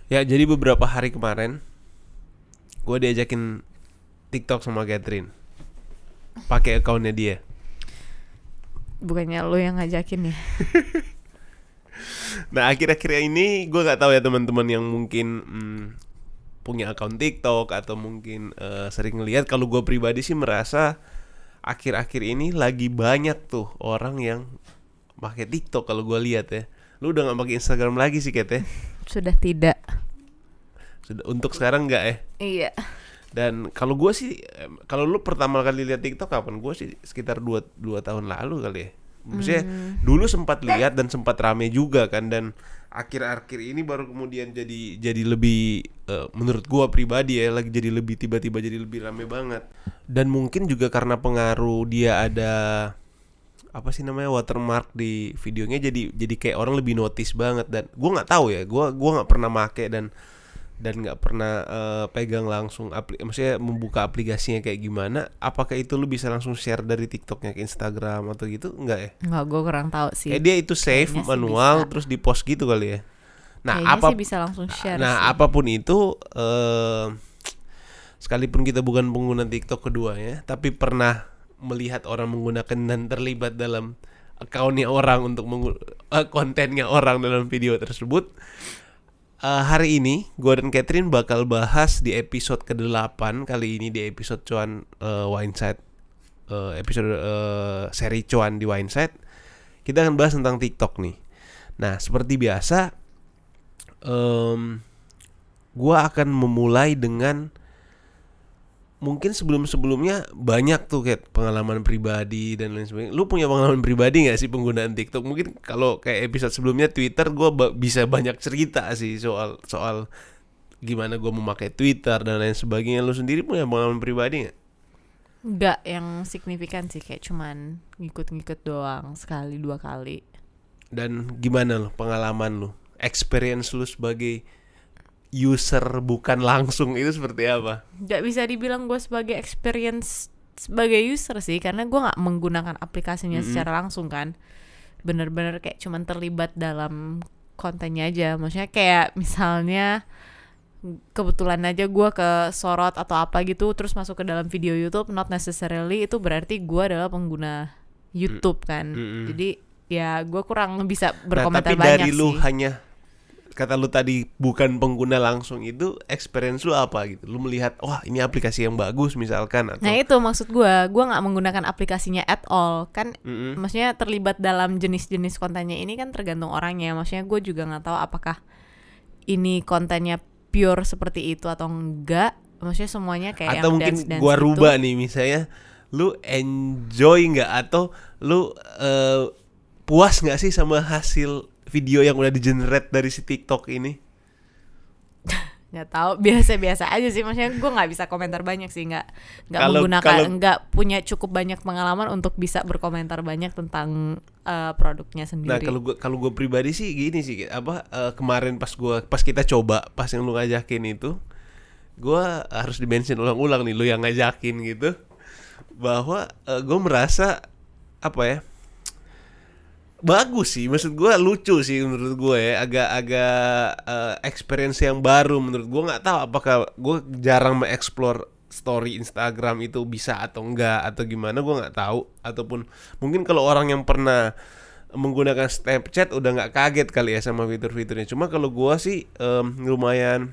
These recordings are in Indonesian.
Ya, jadi beberapa hari kemarin gue diajakin TikTok sama Catherine pakai akunnya dia. Bukannya lo yang ngajakin ya? Nah, akhir-akhir ini gue nggak tahu ya teman-teman yang mungkin punya akun TikTok atau mungkin sering ngeliat. Kalau gue pribadi sih merasa akhir-akhir ini lagi banyak tuh orang yang pakai TikTok kalau gue lihat ya. Lu udah nggak pakai Instagram lagi sih, Kat ya? Sudah tidak. Sudah, untuk sekarang nggak ya? Iya. Dan kalau gue sih, kalau lu pertama kali lihat TikTok kapan? Gue sih sekitar 2 tahun lalu kali ya. Maksudnya dulu sempat lihat dan sempat rame juga kan, dan akhir-akhir ini baru kemudian jadi lebih menurut gue pribadi ya, lagi jadi lebih tiba-tiba jadi lebih rame banget. Dan mungkin juga karena pengaruh dia ada apa sih namanya, watermark di videonya, jadi kayak orang lebih notice banget. Dan gue nggak tahu ya, gue nggak pernah make dan nggak pernah pegang langsung maksudnya membuka aplikasinya kayak gimana. Apakah itu lu bisa langsung share dari TikToknya ke Instagram atau gitu? Enggak ya? Nggak, gue kurang tahu sih. Kayak dia itu save Kayaknya sih manual bisa. terus di post gitu kali ya. Nah, Kayaknya sih bisa langsung share sih. apapun itu, sekalipun kita bukan pengguna TikTok keduanya, tapi pernah melihat orang menggunakan dan terlibat dalam akunnya orang untuk kontennya orang dalam video tersebut. Hari ini gue dan Catherine bakal bahas di episode ke-8 kali ini, di episode cuan Wineside, episode seri cuan di Wineside. Kita akan bahas tentang TikTok nih. Nah, seperti biasa, gue akan memulai dengan mungkin sebelumnya banyak tuh kayak pengalaman pribadi dan lain sebagainya. Lu punya pengalaman pribadi nggak sih penggunaan TikTok? Mungkin kalau kayak episode sebelumnya Twitter, gue bisa banyak cerita sih soal gimana gue memakai Twitter dan lain sebagainya. Lu sendiri punya pengalaman pribadi nggak? Nggak yang signifikan sih, kayak cuman ngikut-ngikut doang, sekali 2 kali. Dan gimana lo pengalaman lu, experience lu sebagai user bukan langsung itu seperti apa? Nggak bisa dibilang gue sebagai experience sebagai user sih, karena gue nggak menggunakan aplikasinya secara langsung kan. Bener-bener kayak cuman terlibat dalam kontennya aja. Maksudnya kayak misalnya kebetulan aja gue kesorot atau apa gitu terus masuk ke dalam video YouTube, not necessarily itu berarti gue adalah pengguna YouTube kan. Jadi ya gue kurang bisa berkomentar tapi banyak dari lu sih. hanya kata lu tadi bukan pengguna langsung, itu experience lu apa gitu? Lu melihat wah ini aplikasi yang bagus misalkan, atau Nah itu maksud gue nggak menggunakan aplikasinya at all kan. Maksudnya terlibat dalam jenis-jenis kontennya ini kan tergantung orangnya. Maksudnya gue juga nggak tahu apakah ini kontennya pure seperti itu atau enggak. Maksudnya semuanya kayak atau yang mungkin dance-dance gua gitu. rubah nih, misalnya lu enjoy nggak atau lu puas nggak sih sama hasil video yang udah di-generate dari si TikTok ini? Nggak tahu, biasa-biasa aja sih. Maksudnya gue nggak bisa komentar banyak sih, nggak nggak punya cukup banyak pengalaman untuk bisa berkomentar banyak tentang produknya Nah, sendiri. kalau gue pribadi sih gini sih, kemarin pas kita coba, pas yang lu ngajakin itu, gue harus di-mention ulang-ulang nih lu yang ngajakin gitu, bahwa gue merasa apa ya, bagus sih, maksud gue lucu sih menurut gue ya, agak experience yang baru menurut gue. Nggak tahu apakah gue jarang mengeksplor story Instagram itu bisa atau enggak atau gimana, gue nggak tahu. Ataupun mungkin kalau orang yang pernah menggunakan Snapchat udah nggak kaget kali ya sama fitur-fiturnya. Cuma kalau gue sih lumayan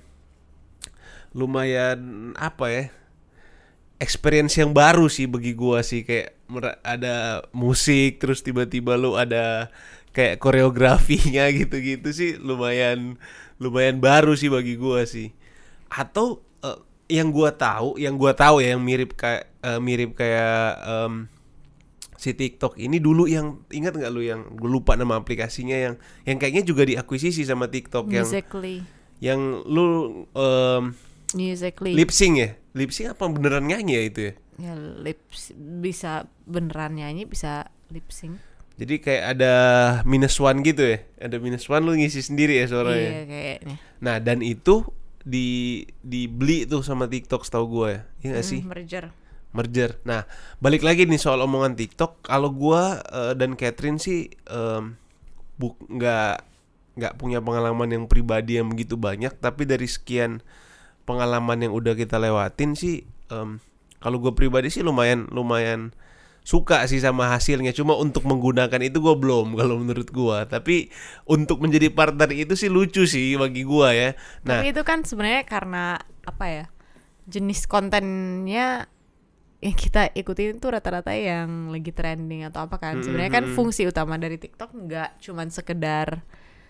apa ya, experience yang baru sih bagi gua sih. Kayak ada musik terus tiba-tiba lu ada kayak koreografinya gitu-gitu sih, lumayan baru sih bagi gua sih. Atau yang gua tahu ya, yang mirip kayak si TikTok ini dulu, yang ingat nggak lu, yang gue lupa nama aplikasinya, yang kayaknya juga diakuisisi sama TikTok, yang lu Musical.ly lip sync apa beneran nyanyi ya itu ya? Ya bisa beneran nyanyi, bisa lip sync. Jadi kayak ada -1 gitu ya, ada -1 lu ngisi sendiri ya suaranya. Iya kayaknya. Nah, dan itu dibeli tuh sama TikTok setahu gue ya, iya nggak sih? Merger. Nah, balik lagi nih soal omongan TikTok. Kalau gue dan Catherine sih nggak nggak punya pengalaman yang pribadi yang begitu banyak, tapi dari sekian pengalaman yang udah kita lewatin sih, kalau gue pribadi sih lumayan suka sih sama hasilnya. Cuma untuk menggunakan itu gue belum, kalau menurut gue. Tapi untuk menjadi partner itu sih lucu sih bagi gue ya. Nah, tapi itu kan sebenarnya karena apa ya, jenis kontennya yang kita ikutin tuh rata-rata yang lagi trending atau apa kan. Sebenarnya kan fungsi utama dari TikTok nggak cuman sekedar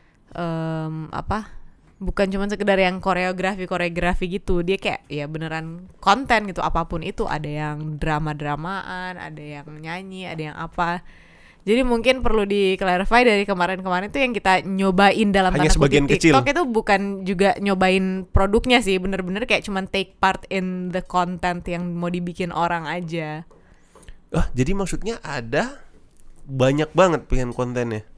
bukan cuman sekedar yang koreografi gitu. Dia kayak ya beneran konten gitu, apapun itu. Ada yang drama-dramaan, ada yang nyanyi, ada yang apa. Jadi mungkin perlu di-clarify dari kemarin-kemarin tuh yang kita nyobain dalam hanya tanda sebagian kutip kecil. TikTok itu bukan juga nyobain produknya sih, bener-bener kayak cuman take part in the content yang mau dibikin orang aja. Jadi maksudnya ada banyak banget pilihan kontennya.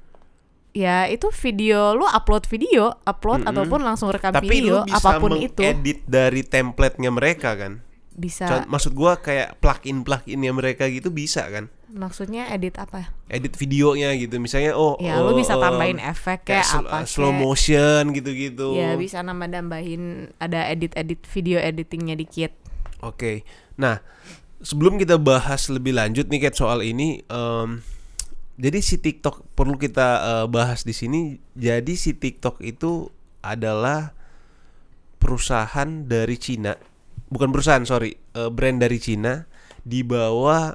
Ya itu video, lu upload ataupun langsung rekam Tapi video, lu bisa apapun itu mengedit dari template-nya mereka kan. bisa. Maksud gua kayak plugin-pluginnya mereka gitu bisa kan. Maksudnya edit apa? Edit videonya gitu. Misalnya Ya lu bisa tambahin efek kayak apa slow kayak. motion gitu-gitu. Ya bisa nambah-nambahin, ada edit video editingnya dikit. Oke. Nah, sebelum kita bahas lebih lanjut nih Kat soal ini, jadi si TikTok perlu kita bahas di sini. Jadi si TikTok itu adalah perusahaan dari Cina. Bukan perusahaan, brand dari Cina di bawah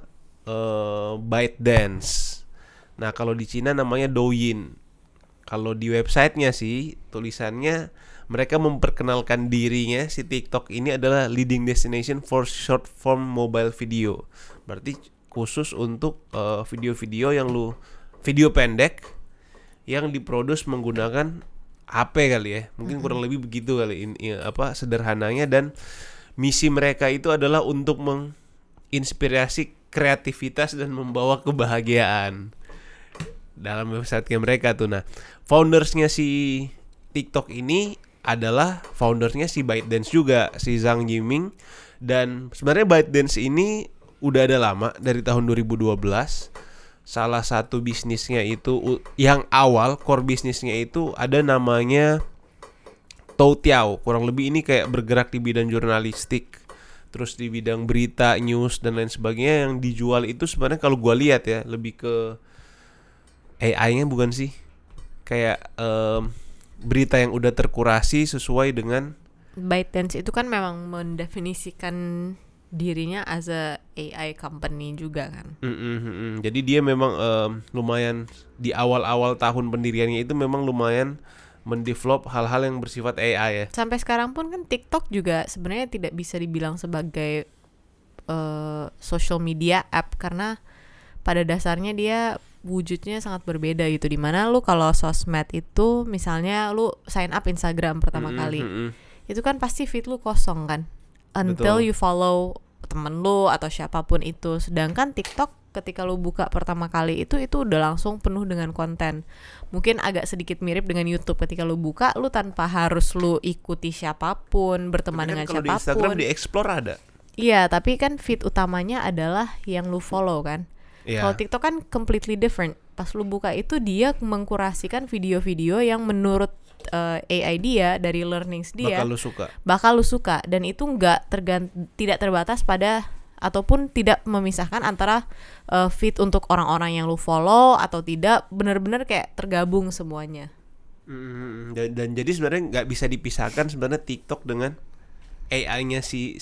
ByteDance. Nah, kalau di Cina namanya Douyin. Kalau di websitenya sih tulisannya mereka memperkenalkan dirinya, si TikTok ini adalah leading destination for short form mobile video. Berarti khusus untuk video-video video pendek yang diproduksi menggunakan HP kali ya. Mungkin kurang lebih begitu kali ini sederhananya. Dan misi mereka itu adalah untuk menginspirasi kreativitas dan membawa kebahagiaan dalam website mereka tuh. Nah, foundersnya si TikTok ini adalah foundersnya si ByteDance juga, si Zhang Yiming. Dan sebenarnya ByteDance ini udah ada lama, dari tahun 2012. Salah satu bisnisnya itu yang awal core bisnisnya itu ada namanya Toutiao. Kurang lebih ini kayak bergerak di bidang jurnalistik, terus di bidang berita, news dan lain sebagainya. Yang dijual itu sebenarnya kalau gua lihat ya lebih ke AI-nya, bukan sih? Kayak berita yang udah terkurasi sesuai dengan. ByteDance itu kan memang mendefinisikan dirinya as a AI company juga kan. Jadi dia memang lumayan di awal-awal tahun pendiriannya itu memang lumayan mendevelop hal-hal yang bersifat AI ya. Sampai sekarang pun kan TikTok juga sebenarnya tidak bisa dibilang sebagai social media app, karena pada dasarnya dia wujudnya sangat berbeda gitu. Dimana lu kalau sosmed itu misalnya lu sign up Instagram pertama kali, itu kan pasti feed lu kosong kan, until Betul. you follow temen lu atau siapapun itu. Sedangkan TikTok ketika lu buka pertama kali itu udah langsung penuh dengan konten. Mungkin agak sedikit mirip dengan YouTube, ketika lu buka lu tanpa harus lu ikuti siapapun, berteman dengan Kalau siapapun. di Instagram di explore ada. Iya, tapi kan feed utamanya adalah yang lu follow kan. Iya. Kalau TikTok kan completely different. Pas lu buka itu dia mengkurasikan video-video yang menurut AI dia, dari learnings dia bakal lu suka. Dan itu tidak terbatas pada ataupun tidak memisahkan antara feed untuk orang-orang yang lu follow atau tidak, benar-benar kayak tergabung semuanya. Dan jadi sebenarnya nggak bisa dipisahkan sebenarnya TikTok dengan AI-nya si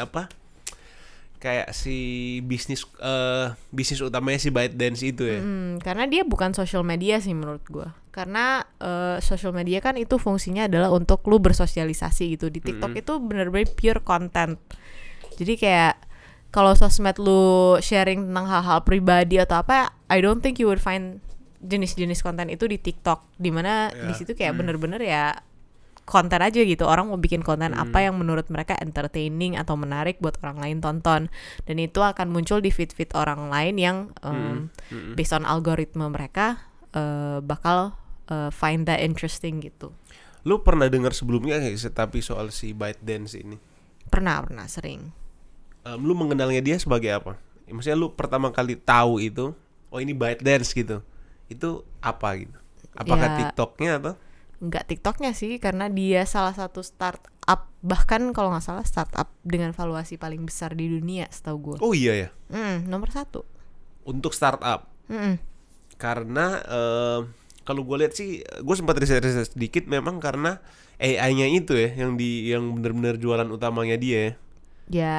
kayak si bisnis utamanya si ByteDance itu ya. Karena dia bukan social media sih menurut gue. Karena social media kan itu fungsinya adalah untuk lu bersosialisasi gitu. Di TikTok itu benar-benar pure content. Jadi kayak kalau sosmed lu sharing tentang hal-hal pribadi atau apa, I don't think you would find jenis-jenis konten itu di TikTok. Dimana di situ kayak bener-bener ya konten aja gitu. Orang mau bikin konten apa yang menurut mereka entertaining atau menarik buat orang lain tonton. Dan itu akan muncul di feed-feed orang lain yang based on algoritma mereka bakal find that interesting gitu. Lu pernah dengar sebelumnya nggak tapi soal si ByteDance ini? Pernah sering. Lu mengenalnya dia sebagai apa? Maksudnya lu pertama kali tahu itu, oh ini ByteDance gitu. Itu apa gitu? Apakah Ya, TikToknya atau? nggak TikToknya sih, karena dia salah satu startup, bahkan kalau nggak salah startup dengan valuasi paling besar di dunia setahu gue. Oh iya ya. Nomor 1. Untuk startup. Mm-mm. Karena kalau gue lihat sih, gue sempat riset sedikit, memang karena AI-nya itu ya yang benar-benar jualan utamanya dia ya. Ya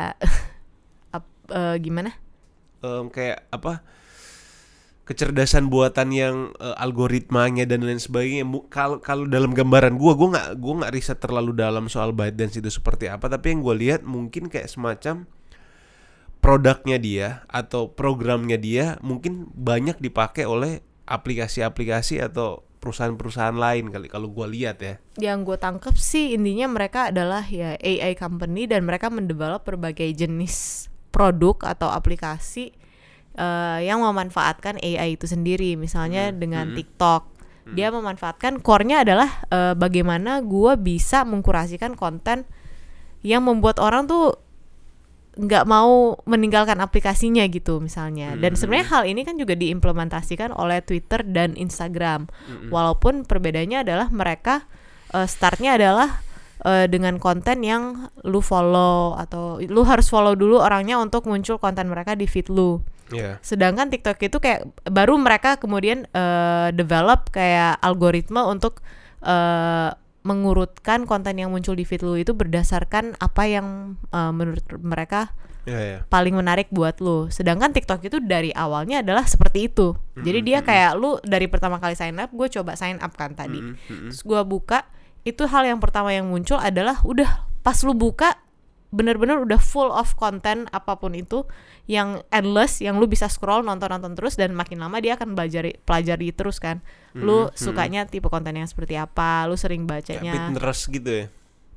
gimana? Kayak apa, kecerdasan buatan yang algoritmanya dan lain sebagainya. Kalau dalam gambaran gue nggak riset terlalu dalam soal ByteDance itu seperti apa, tapi yang gue lihat mungkin kayak semacam produknya dia atau programnya dia mungkin banyak dipakai oleh aplikasi-aplikasi atau perusahaan-perusahaan lain kali, kalau gue lihat ya. Yang gue tangkep sih intinya mereka adalah ya AI company, dan mereka mendevelop berbagai jenis produk atau aplikasi yang memanfaatkan AI itu sendiri. Misalnya dengan TikTok, dia memanfaatkan core-nya adalah bagaimana gue bisa mengkurasikan konten yang membuat orang tuh nggak mau meninggalkan aplikasinya gitu misalnya. Dan sebenarnya hal ini kan juga diimplementasikan oleh Twitter dan Instagram. Walaupun perbedaannya adalah mereka startnya adalah dengan konten yang lu follow, atau lu harus follow dulu orangnya untuk muncul konten mereka di feed lu. Yeah. Sedangkan TikTok itu kayak baru mereka kemudian develop kayak algoritma untuk mengurutkan konten yang muncul di feed lu itu berdasarkan apa yang menurut mereka paling menarik buat lu. Sedangkan TikTok itu dari awalnya adalah seperti itu. Jadi dia kayak lu dari pertama kali sign up, gue coba sign up kan tadi. Terus gue buka, itu hal yang pertama yang muncul adalah udah pas lu buka bener-bener udah full of konten apapun itu yang endless, yang lu bisa scroll nonton terus, dan makin lama dia akan pelajari terus kan. Lu sukanya tipe konten yang seperti apa, lu sering bacanya. Kayak Pinterest gitu ya.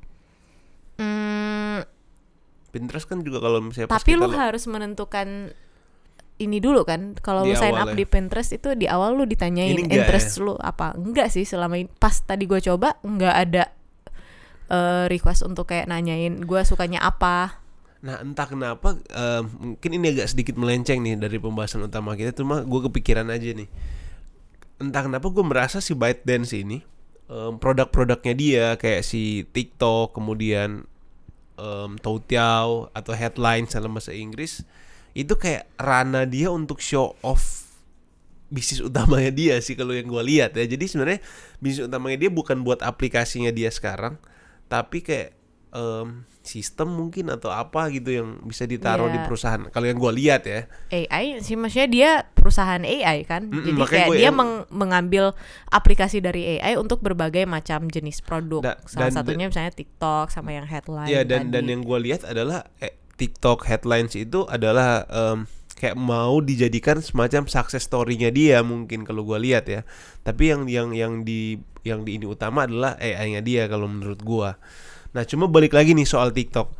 Pinterest kan juga kalau misalnya tapi lu harus menentukan ini dulu kan. Kalau lu sign up di Pinterest itu di awal lu ditanyain interest lu apa. Enggak sih, selama ini pas tadi gue coba enggak ada request untuk kayak nanyain gue sukanya apa. Nah entah kenapa mungkin ini agak sedikit melenceng nih dari pembahasan utama kita, cuma gue kepikiran aja nih. Entah kenapa gue merasa si ByteDance ini produk-produknya dia kayak si TikTok, kemudian Toutiao atau Headlines dalam bahasa Inggris, itu kayak ranah dia untuk show off bisnis utamanya dia sih kalau yang gue lihat ya. Jadi sebenarnya bisnis utamanya dia bukan buat aplikasinya dia sekarang, tapi kayak sistem mungkin atau apa gitu yang bisa ditaruh di perusahaan. Kalau yang gue lihat ya, AI sih, maksudnya dia perusahaan AI kan. Jadi kayak dia mengambil aplikasi dari AI untuk berbagai macam jenis produk. Salah satunya misalnya TikTok sama yang Headline. Ya dan yang gue lihat adalah TikTok Headlines itu adalah kayak mau dijadikan semacam success story-nya dia mungkin kalau gue lihat ya. Tapi yang di ini utama adalah AI-nya dia kalau menurut gue. Nah cuma balik lagi nih soal TikTok.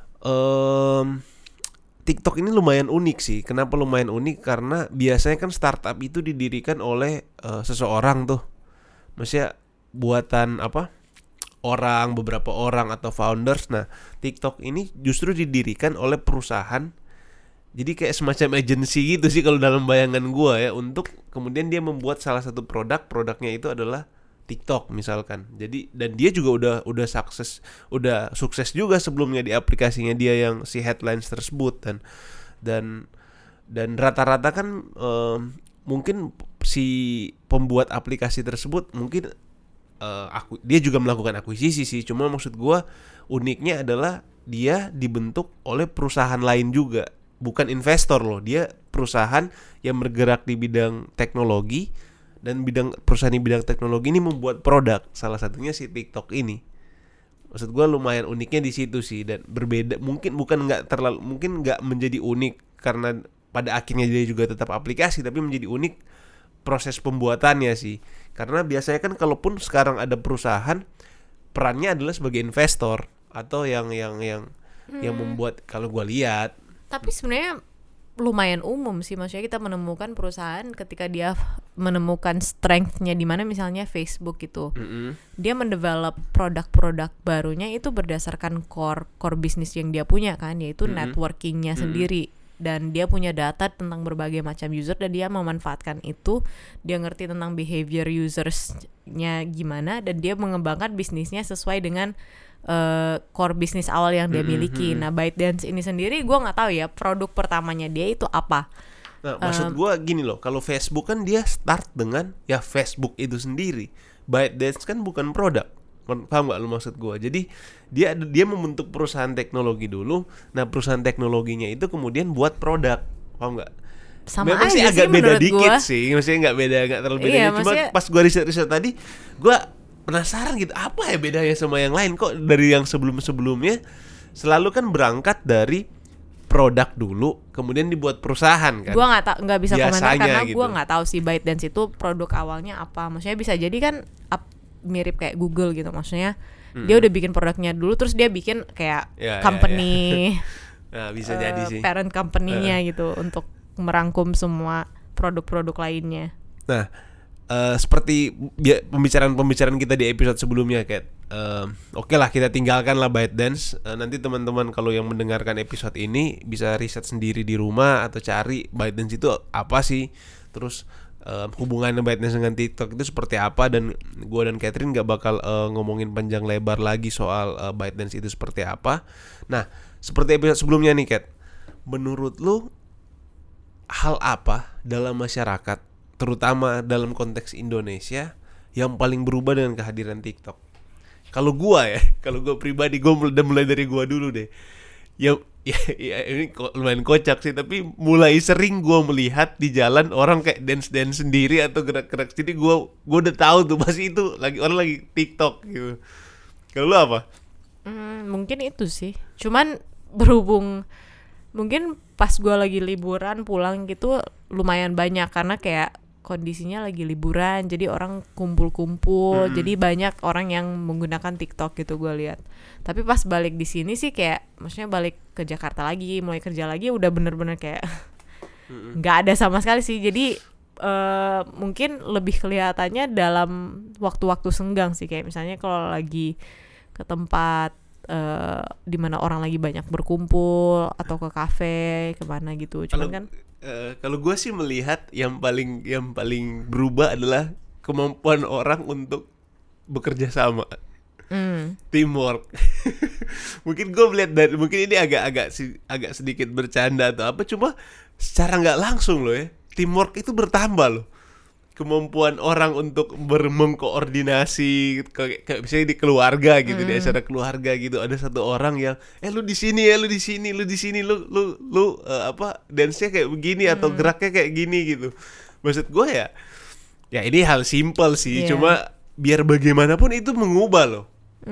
TikTok ini lumayan unik sih. Kenapa lumayan unik? Karena biasanya kan startup itu didirikan oleh seseorang tuh. Maksudnya buatan apa? Beberapa orang atau founders. Nah TikTok ini justru didirikan oleh perusahaan. Jadi kayak semacam agency gitu sih kalau dalam bayangan gue ya, untuk kemudian dia membuat salah satu produknya itu adalah TikTok misalkan. Jadi dan dia juga udah sukses juga sebelumnya di aplikasinya dia yang si Headlines tersebut, dan rata-rata kan mungkin si pembuat aplikasi tersebut mungkin dia juga melakukan akuisisi sih. Cuma maksud gue uniknya adalah dia dibentuk oleh perusahaan lain juga, bukan investor loh. Dia perusahaan yang bergerak di bidang teknologi, dan perusahaan di bidang teknologi ini membuat produk, salah satunya si TikTok ini. Maksud gue lumayan uniknya di situ sih, dan berbeda. Mungkin nggak menjadi unik karena pada akhirnya dia juga tetap aplikasi, tapi menjadi unik proses pembuatannya sih. Karena biasanya kan kalaupun sekarang ada perusahaan, perannya adalah sebagai investor atau yang membuat, kalau gue lihat. Tapi sebenarnya lumayan umum sih, maksudnya kita menemukan perusahaan ketika dia menemukan strength-nya di mana, misalnya Facebook gitu. Dia mendevelop produk-produk barunya itu berdasarkan core bisnis yang dia punya kan, yaitu networking-nya sendiri. dan dia punya data tentang berbagai macam user dan dia memanfaatkan itu, dia ngerti tentang behavior usersnya gimana dan dia mengembangkan bisnisnya sesuai dengan core bisnis awal yang dia miliki. Nah, ByteDance ini sendiri gue nggak tahu ya produk pertamanya dia itu apa. Nah, maksud gue gini loh, kalau Facebook kan dia start dengan ya Facebook itu sendiri. ByteDance kan bukan produk, paham gak lu maksud gue? Jadi dia membentuk perusahaan teknologi dulu. Nah, perusahaan teknologinya itu kemudian buat produk, paham gak? Sama memang aja sih agak beda dikit gua. sih, maksudnya nggak terlalu beda. Iya, Cuma maksudnya, pas gue riset tadi, gue penasaran gitu, apa ya bedanya sama yang lain, kok dari yang sebelumnya selalu kan berangkat dari produk dulu kemudian dibuat perusahaan kan. Gue nggak bisa komentar karena gitu. gue nggak tahu sih ByteDance itu produk awalnya apa. Maksudnya bisa jadi kan mirip kayak Google gitu, maksudnya dia udah bikin produknya dulu terus dia bikin kayak company Nah, bisa jadi sih parent company-nya gitu untuk merangkum semua produk-produk lainnya. Nah, seperti pembicaraan kita di episode sebelumnya, Kat. Oke lah, kita tinggalkan lah ByteDance. Nanti teman-teman kalau yang mendengarkan episode ini bisa riset sendiri di rumah atau cari ByteDance itu apa sih. Terus hubungannya ByteDance dengan TikTok itu seperti apa. Dan gue dan Catherine gak bakal ngomongin panjang lebar lagi soal ByteDance itu seperti apa. Nah, seperti episode sebelumnya nih, Kat, menurut lu hal apa dalam masyarakat, terutama dalam konteks Indonesia, yang paling berubah dengan kehadiran TikTok? Kalau gua pribadi, gua mulai dari gua dulu deh. Ya ini lumayan kocak sih, tapi mulai sering gua melihat di jalan orang kayak dance sendiri atau gerak-gerak sendiri. Gua udah tahu tuh pasti itu orang lagi TikTok gitu. Kalau lu apa? Mungkin itu sih. Cuman berhubung mungkin pas gue lagi liburan pulang gitu lumayan banyak karena kayak kondisinya lagi liburan, jadi orang kumpul-kumpul, jadi banyak orang yang menggunakan TikTok gitu gue lihat. Tapi pas balik di sini sih kayak, maksudnya balik ke Jakarta lagi, mulai kerja lagi, udah bener-bener kayak nggak ada sama sekali sih. Jadi mungkin lebih kelihatannya dalam waktu-waktu senggang sih, kayak misalnya kalau lagi ke tempat di mana orang lagi banyak berkumpul atau ke kafe kemana gitu. Cuman kan kalau gue sih melihat yang paling berubah adalah kemampuan orang untuk bekerja sama, teamwork. Mungkin gue melihat dari, mungkin ini agak sedikit bercanda atau apa, cuma secara nggak langsung loh ya, teamwork itu bertambah loh. Kemampuan orang untuk mengkoordinasi kayak misalnya di keluarga gitu, di acara keluarga gitu, ada satu orang yang lu di sini ya, lu di sini lu dance-nya kayak begini atau geraknya kayak gini gitu. Maksud gue ya ini hal simpel sih, cuma biar bagaimanapun itu mengubah loh.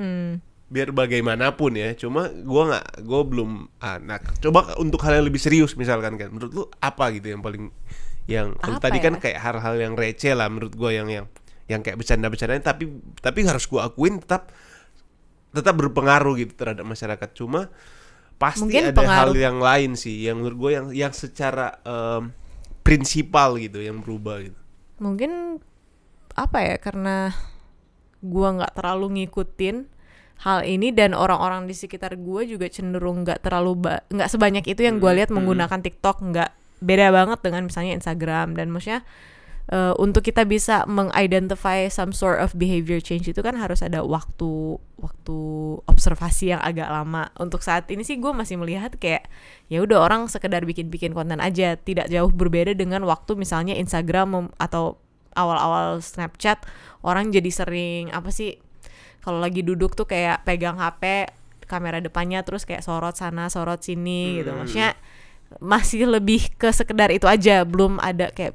Biar bagaimanapun ya, cuma gue belum nah coba untuk hal yang lebih serius misalkan, kan menurut lu apa gitu yang paling, yang kalau tadi kan kayak hal-hal yang receh lah menurut gue, yang kayak bercanda-bercandanya tapi harus gue akuin tetap berpengaruh gitu terhadap masyarakat. Cuma pasti mungkin ada hal yang lain sih yang menurut gue yang secara prinsipal gitu yang berubah gitu. Mungkin apa ya, karena gue nggak terlalu ngikutin hal ini dan orang-orang di sekitar gue juga cenderung nggak sebanyak itu yang gue lihat menggunakan TikTok. Nggak, beda banget dengan misalnya Instagram. Dan maksudnya untuk kita bisa mengidentify some sort of behavior change itu kan harus ada waktu observasi yang agak lama. Untuk saat ini sih gue masih melihat kayak ya udah orang sekedar bikin konten aja, tidak jauh berbeda dengan waktu misalnya Instagram atau awal-awal Snapchat. Orang jadi sering apa sih, kalau lagi duduk tuh kayak pegang HP, kamera depannya terus kayak sorot sana sorot sini gitu. Maksudnya masih lebih ke sekedar itu aja, belum ada kayak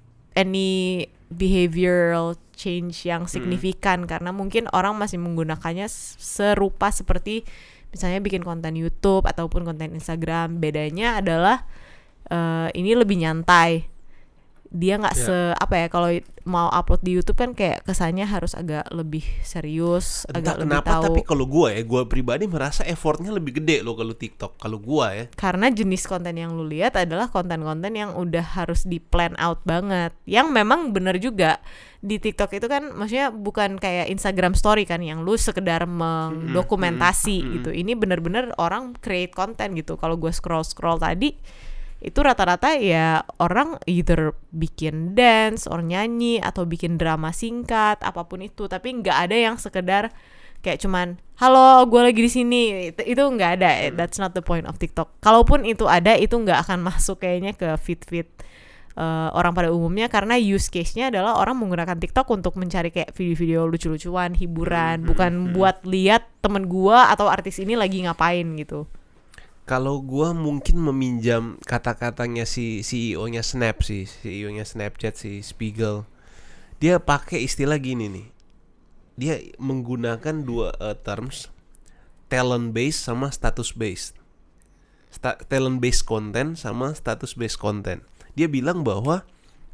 any behavioral change yang signifikan, karena mungkin orang masih menggunakannya serupa seperti misalnya bikin konten YouTube ataupun konten Instagram. Bedanya adalah ini lebih nyantai. Dia nggak kalau mau upload di YouTube kan kayak kesannya harus agak lebih serius. Entah agak kenapa, lebih tahu. tapi kalau gue pribadi merasa effortnya lebih gede loh kalau TikTok. Kalau gue ya, karena jenis konten yang lu lihat adalah konten-konten yang udah harus di plan out banget. Yang memang benar juga di TikTok itu kan, maksudnya bukan kayak Instagram Story kan yang lu sekedar mendokumentasi gitu. Ini benar-benar orang create konten gitu. Kalau gue scroll tadi itu rata-rata ya orang either bikin dance, orang nyanyi, atau bikin drama singkat, apapun itu. Tapi nggak ada yang sekedar kayak cuman halo gue lagi di sini, itu nggak ada. That's not the point of TikTok. Kalaupun itu ada, itu nggak akan masuk kayaknya ke feed orang pada umumnya, karena use case-nya adalah orang menggunakan TikTok untuk mencari kayak video-video lucu-lucuan, hiburan, bukan buat lihat temen gue atau artis ini lagi ngapain gitu. Kalau gua mungkin meminjam kata-katanya si CEO-nya CEO-nya Snapchat, si Spiegel. Dia pakai istilah gini nih. Dia menggunakan dua terms, talent based sama status based. Talent based content sama status based content. Dia bilang bahwa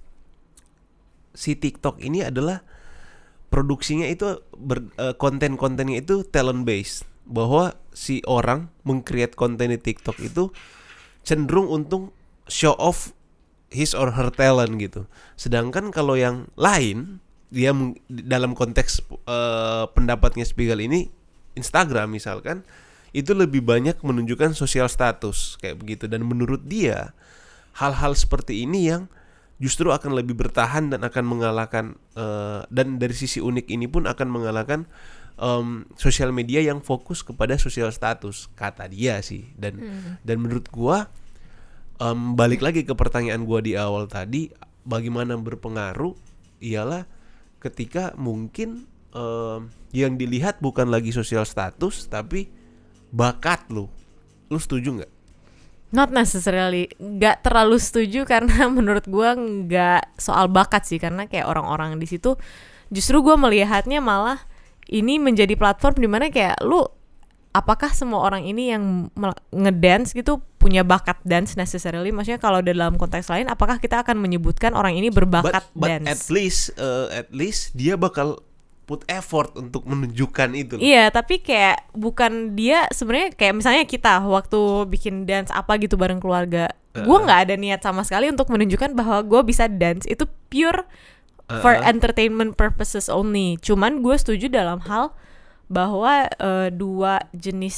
si TikTok ini adalah produksinya itu konten-kontennya itu talent based, bahwa si orang meng-create konten di TikTok itu cenderung untuk show off his or her talent gitu. Sedangkan kalau yang lain, dia dalam konteks pendapatnya Spiegel ini, Instagram misalkan, itu lebih banyak menunjukkan sosial status kayak begitu. Dan menurut dia hal-hal seperti ini yang justru akan lebih bertahan dan akan mengalahkan dan dari sisi unik ini pun akan mengalahkan sosial media yang fokus kepada sosial status, kata dia sih. Dan menurut gua balik lagi ke pertanyaan gua di awal tadi, bagaimana berpengaruh ialah ketika mungkin yang dilihat bukan lagi sosial status tapi bakat lu setuju nggak? Not necessarily, nggak terlalu setuju, karena menurut gue nggak soal bakat sih, karena kayak orang-orang di situ justru gue melihatnya malah ini menjadi platform dimana kayak lu, apakah semua orang ini yang ngedance gitu punya bakat dance necessarily? Maksudnya kalau dalam konteks lain, apakah kita akan menyebutkan orang ini berbakat but dance? At least dia bakal put effort untuk menunjukkan itu. Iya, tapi kayak bukan dia sebenarnya, kayak misalnya kita waktu bikin dance apa gitu bareng keluarga, gue nggak ada niat sama sekali untuk menunjukkan bahwa gue bisa dance. Itu pure for entertainment purposes only. Cuman gue setuju dalam hal bahwa dua jenis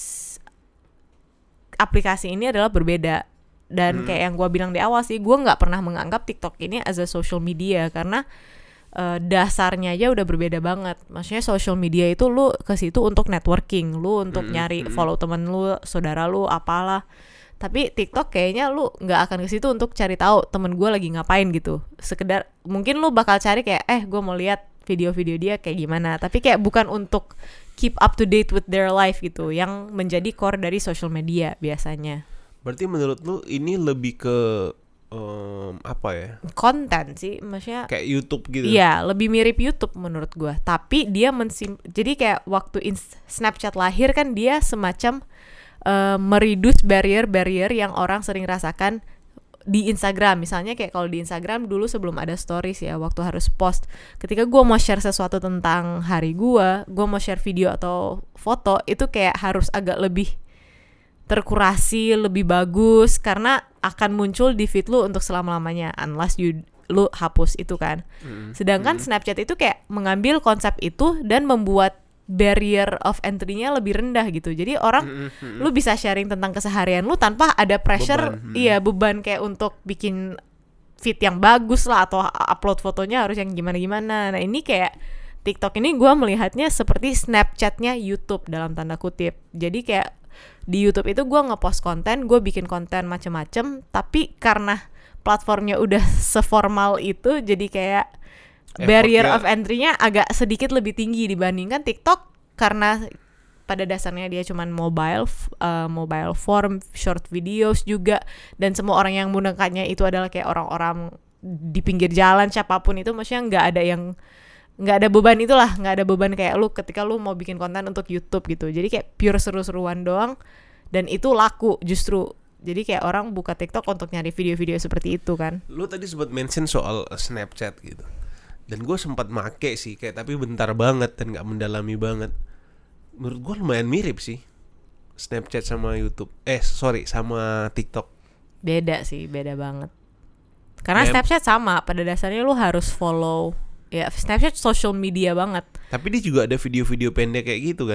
aplikasi ini adalah berbeda. Dan kayak yang gue bilang di awal sih, gue nggak pernah menganggap TikTok ini as a social media, karena dasarnya aja udah berbeda banget. Maksudnya social media itu lu ke situ untuk networking, lu untuk nyari follow temen lu, saudara lu, apalah. Tapi TikTok kayaknya lu nggak akan ke situ untuk cari tahu temen gue lagi ngapain gitu. Sekedar mungkin lu bakal cari kayak gue mau lihat video-video dia kayak gimana. Tapi kayak bukan untuk keep up to date with their life gitu, yang menjadi core dari social media biasanya. Berarti menurut lu ini lebih ke apa ya? Konten sih, maksudnya kayak YouTube gitu. Iya, lebih mirip YouTube menurut gue. Tapi dia jadi kayak waktu Snapchat lahir kan, dia semacam mereduce barrier yang orang sering rasakan di Instagram. Misalnya kayak kalau di Instagram dulu sebelum ada stories ya, waktu harus post, ketika gue mau share sesuatu tentang hari gue mau share video atau foto, itu kayak harus agak lebih terkurasi, lebih bagus, karena akan muncul di feed lu untuk selama-lamanya unless lu hapus itu kan. Sedangkan Snapchat itu kayak mengambil konsep itu dan membuat barrier of entry-nya lebih rendah gitu. Jadi orang lu bisa sharing tentang keseharian lu tanpa ada pressure, beban kayak untuk bikin feed yang bagus lah, atau upload fotonya harus yang gimana-gimana. Nah ini kayak TikTok ini gue melihatnya seperti Snapchat-nya YouTube dalam tanda kutip. Jadi kayak di YouTube itu gue ngepost konten, gue bikin konten macem-macem, tapi karena platformnya udah seformal itu, jadi kayak barrier of entry-nya agak sedikit lebih tinggi dibandingkan TikTok, karena pada dasarnya dia cuman mobile form, short videos juga, dan semua orang yang menggunakannya itu adalah kayak orang-orang di pinggir jalan, siapapun itu, maksudnya nggak ada beban itulah, nggak ada beban kayak lu ketika lu mau bikin konten untuk YouTube gitu. Jadi kayak pure seru-seruan doang, dan itu laku justru. Jadi kayak orang buka TikTok untuk nyari video-video seperti itu kan. Lu tadi sempat mention soal Snapchat gitu, dan gue sempat make sih kayak, tapi bentar banget dan nggak mendalami banget. Menurut gue lumayan mirip sih Snapchat sama YouTube, sama TikTok. Beda sih, beda banget. Karena Snapchat sama, pada dasarnya lu harus follow. Ya, Snapchat social media banget. Tapi dia juga ada video-video pendek kayak gitu kan?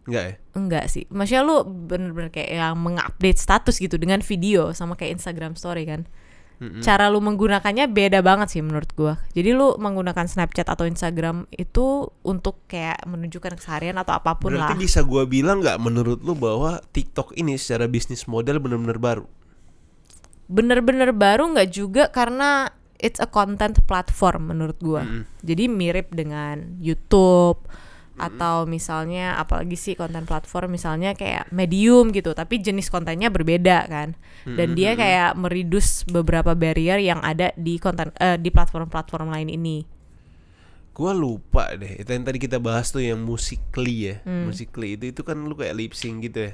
Enggak ya? Enggak sih. Maksudnya lu bener-bener kayak yang mengupdate status gitu dengan video sama kayak Instagram story kan. Cara lu menggunakannya beda banget sih menurut gua. Jadi lu menggunakan Snapchat atau Instagram itu untuk kayak menunjukkan keseharian atau apapun Berarti lah. bisa gua bilang nggak menurut lu bahwa TikTok ini secara bisnis model benar-benar baru? Bener-bener baru nggak juga, karena it's a content platform menurut gua. Jadi mirip dengan YouTube atau misalnya apalagi sih konten platform misalnya kayak Medium gitu, tapi jenis kontennya berbeda kan. Dan dia kayak mereduce beberapa barrier yang ada di konten di platform-platform lain ini. Gua lupa deh. Itu yang tadi kita bahas tuh yang Musical.ly ya. Musical.ly itu kan lu kayak lip sync gitu ya.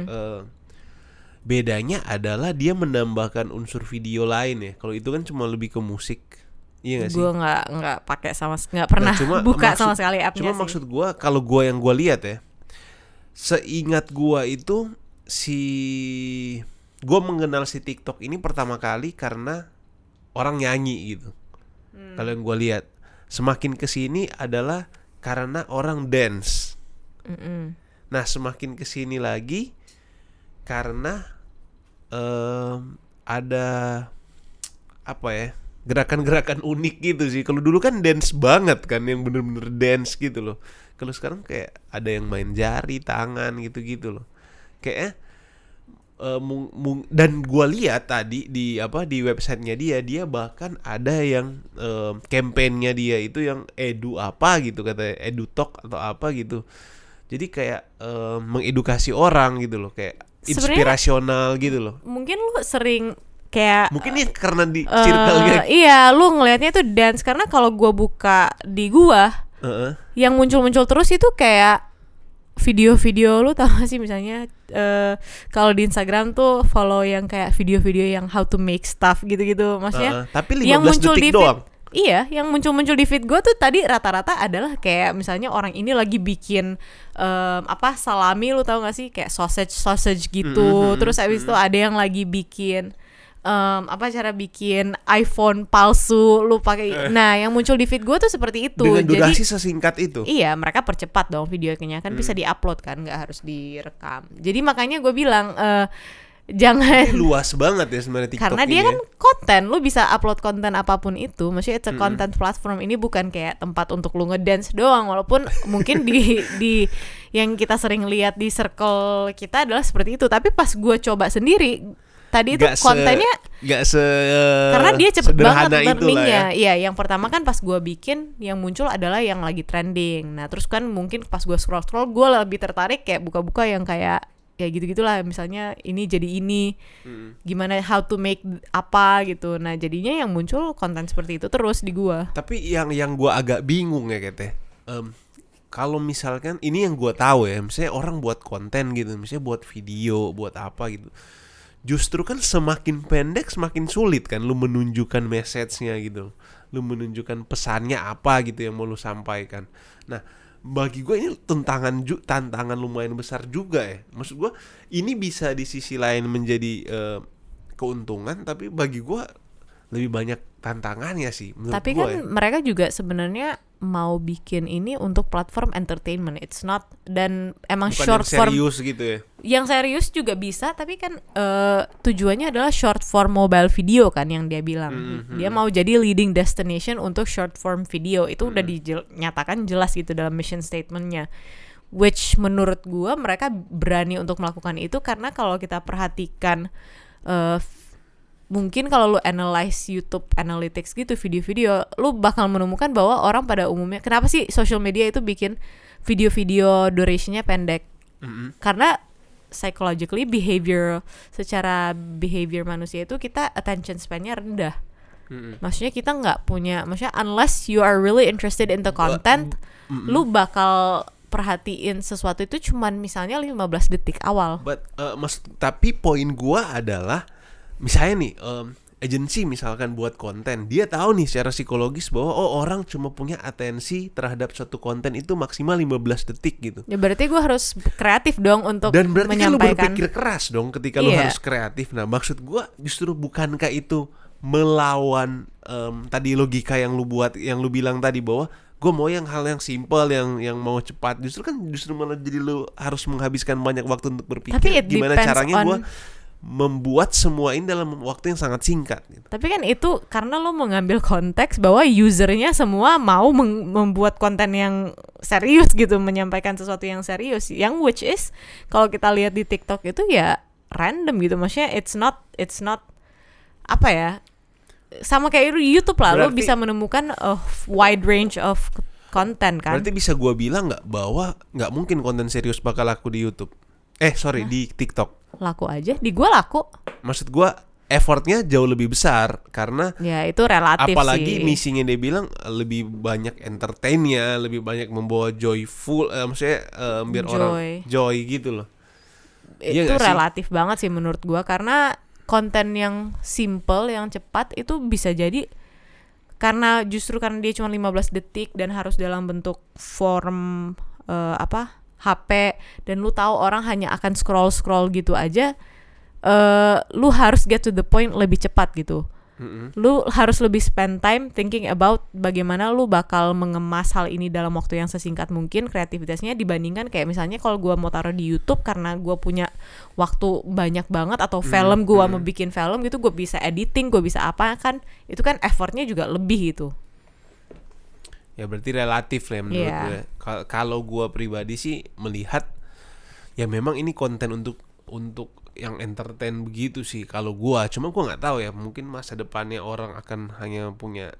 Bedanya adalah dia menambahkan unsur video lain ya. Kalau itu kan cuma lebih ke musik. Iya gak sih? Gue nggak pakai nggak pernah buka sama sekali appnya cuma sih. maksud gue, kalau gue yang gue lihat ya, seingat gue itu gue mengenal si TikTok ini pertama kali karena orang nyanyi gitu. Kalau yang gue lihat, semakin kesini adalah karena orang dance. Nah semakin kesini lagi karena ada apa ya, gerakan-gerakan unik gitu sih. Kalau dulu kan dance banget kan, yang bener-bener dance gitu loh. Kalau sekarang kayak ada yang main jari, tangan gitu-gitu loh. Kayaknya dan gua lihat tadi di websitenya dia bahkan ada yang campaignnya dia itu yang edu apa gitu, kata EduTalk atau apa gitu. Jadi kayak mengedukasi orang gitu loh, kayak inspirasional gitu loh. Mungkin lu sering kayak mungkin ya karena di circle-nya. Iya, lu ngelihatnya itu dance, karena kalau gua buka di gua yang muncul-muncul terus itu kayak video-video. Lu tau gak sih misalnya kalau di Instagram tuh follow yang kayak video-video yang how to make stuff gitu-gitu, maksudnya tapi 15 yang muncul detik di doang. Iya, yang muncul-muncul di feed gue tuh tadi rata-rata adalah kayak misalnya orang ini lagi bikin salami, lu tau gak sih, kayak sausage gitu. Terus abis itu ada yang lagi bikin cara bikin iPhone palsu lu pakai. Nah, yang muncul di feed gue tuh seperti itu. Dengan durasi jadi, sesingkat itu. Iya, mereka percepat dong videonya kan, bisa diupload kan, nggak harus direkam. Jadi makanya gue bilang jangan. Ini luas banget ya sebenarnya TikTok. Karena dia kan konten, lu bisa upload konten apapun itu. Maksudnya it's a content platform. Ini bukan kayak tempat untuk lu ngedance doang. Walaupun mungkin di yang kita sering lihat di circle kita adalah seperti itu. Tapi pas gue coba sendiri tadi itu kontennya karena dia cepet banget learningnya. Iya, yang pertama kan pas gue bikin yang muncul adalah yang lagi trending. Nah terus kan mungkin pas gue scroll gue lebih tertarik kayak buka-buka yang kayak gitu-gitulah. Misalnya ini jadi ini, gimana how to make apa gitu. Nah jadinya yang muncul konten seperti itu terus di gue. Tapi yang gue agak bingung ya Kete, kalau misalkan ini yang gue tahu ya, misalnya orang buat konten gitu, misalnya buat video, buat apa gitu, justru kan semakin pendek semakin sulit kan lu menunjukkan message-nya gitu, lu menunjukkan pesannya apa gitu yang mau lu sampaikan. Nah bagi gue ini tantangan lumayan besar juga ya. Maksud gue ini bisa di sisi lain menjadi keuntungan, tapi bagi gue lebih banyak tantangannya sih menurut tapi gue. Kan mereka juga sebenarnya mau bikin ini untuk platform entertainment, it's not, dan emang bukan short yang form serius gitu ya. Yang serius juga bisa, tapi kan tujuannya adalah short form mobile video kan yang dia bilang. Dia mau jadi leading destination untuk short form video. Itu udah dinyatakan jelas gitu dalam mission statementnya. Which menurut gua mereka berani untuk melakukan itu karena kalau kita perhatikan mungkin kalau lu analyze YouTube analytics gitu video-video, lu bakal menemukan bahwa orang pada umumnya, kenapa sih social media itu bikin video-video durationnya pendek? Karena psychologically secara behavior manusia itu kita attention span-nya rendah. Maksudnya kita nggak punya, maksudnya unless you are really interested in the content, lu bakal perhatiin sesuatu itu cuman misalnya 15 detik awal. Tapi poin gua adalah misalnya nih agensi misalkan buat konten, dia tahu nih secara psikologis bahwa orang cuma punya atensi terhadap suatu konten itu maksimal 15 detik gitu. Ya berarti gue harus kreatif dong untuk dan berarti menyampaikan. kan lu berpikir keras dong ketika lu harus kreatif. Nah maksud gue justru bukankah itu melawan tadi logika yang lu buat, yang lu bilang tadi bahwa gue mau yang hal yang simple, yang mau cepat. Justru malah jadi lu harus menghabiskan banyak waktu untuk berpikir Tapi it gimana depends caranya on- gue membuat semua ini dalam waktu yang sangat singkat gitu. Tapi kan itu karena lo mengambil konteks bahwa usernya semua mau membuat konten yang serius gitu, menyampaikan sesuatu yang serius, yang which is kalau kita lihat di TikTok itu ya random gitu, maksudnya it's not apa ya, sama kayak YouTube lah, lo Berarti- bisa menemukan a wide range of konten kan. Berarti bisa gue bilang nggak bahwa nggak mungkin konten serius bakal laku di YouTube? Di TikTok. Laku aja, di gua laku. Maksud gue effortnya jauh lebih besar karena Ya itu relatif apalagi sih. misinya dia bilang lebih banyak entertainnya, lebih banyak membawa joyful, maksudnya biar orang joy gitu loh. Iya Itu nggak sih? relatif banget sih menurut gua, karena konten yang simple, yang cepat itu bisa jadi karena dia cuma 15 detik dan harus dalam bentuk form HP, dan lu tahu orang hanya akan scroll gitu aja, lu harus get to the point lebih cepat gitu. Lu harus lebih spend time thinking about bagaimana lu bakal mengemas hal ini dalam waktu yang sesingkat mungkin, kreativitasnya, dibandingkan kayak misalnya kalau gua mau taruh di YouTube karena gua punya waktu banyak banget, atau film gua mau bikin film gitu, gua bisa editing, gua bisa apa kan, itu kan effortnya juga lebih gitu. Ya berarti relatif lah menurut Iya. gue. Kalau gue pribadi sih melihat ya memang ini konten untuk yang entertain begitu sih kalau gue. Cuma gue nggak tahu ya, mungkin masa depannya orang akan hanya punya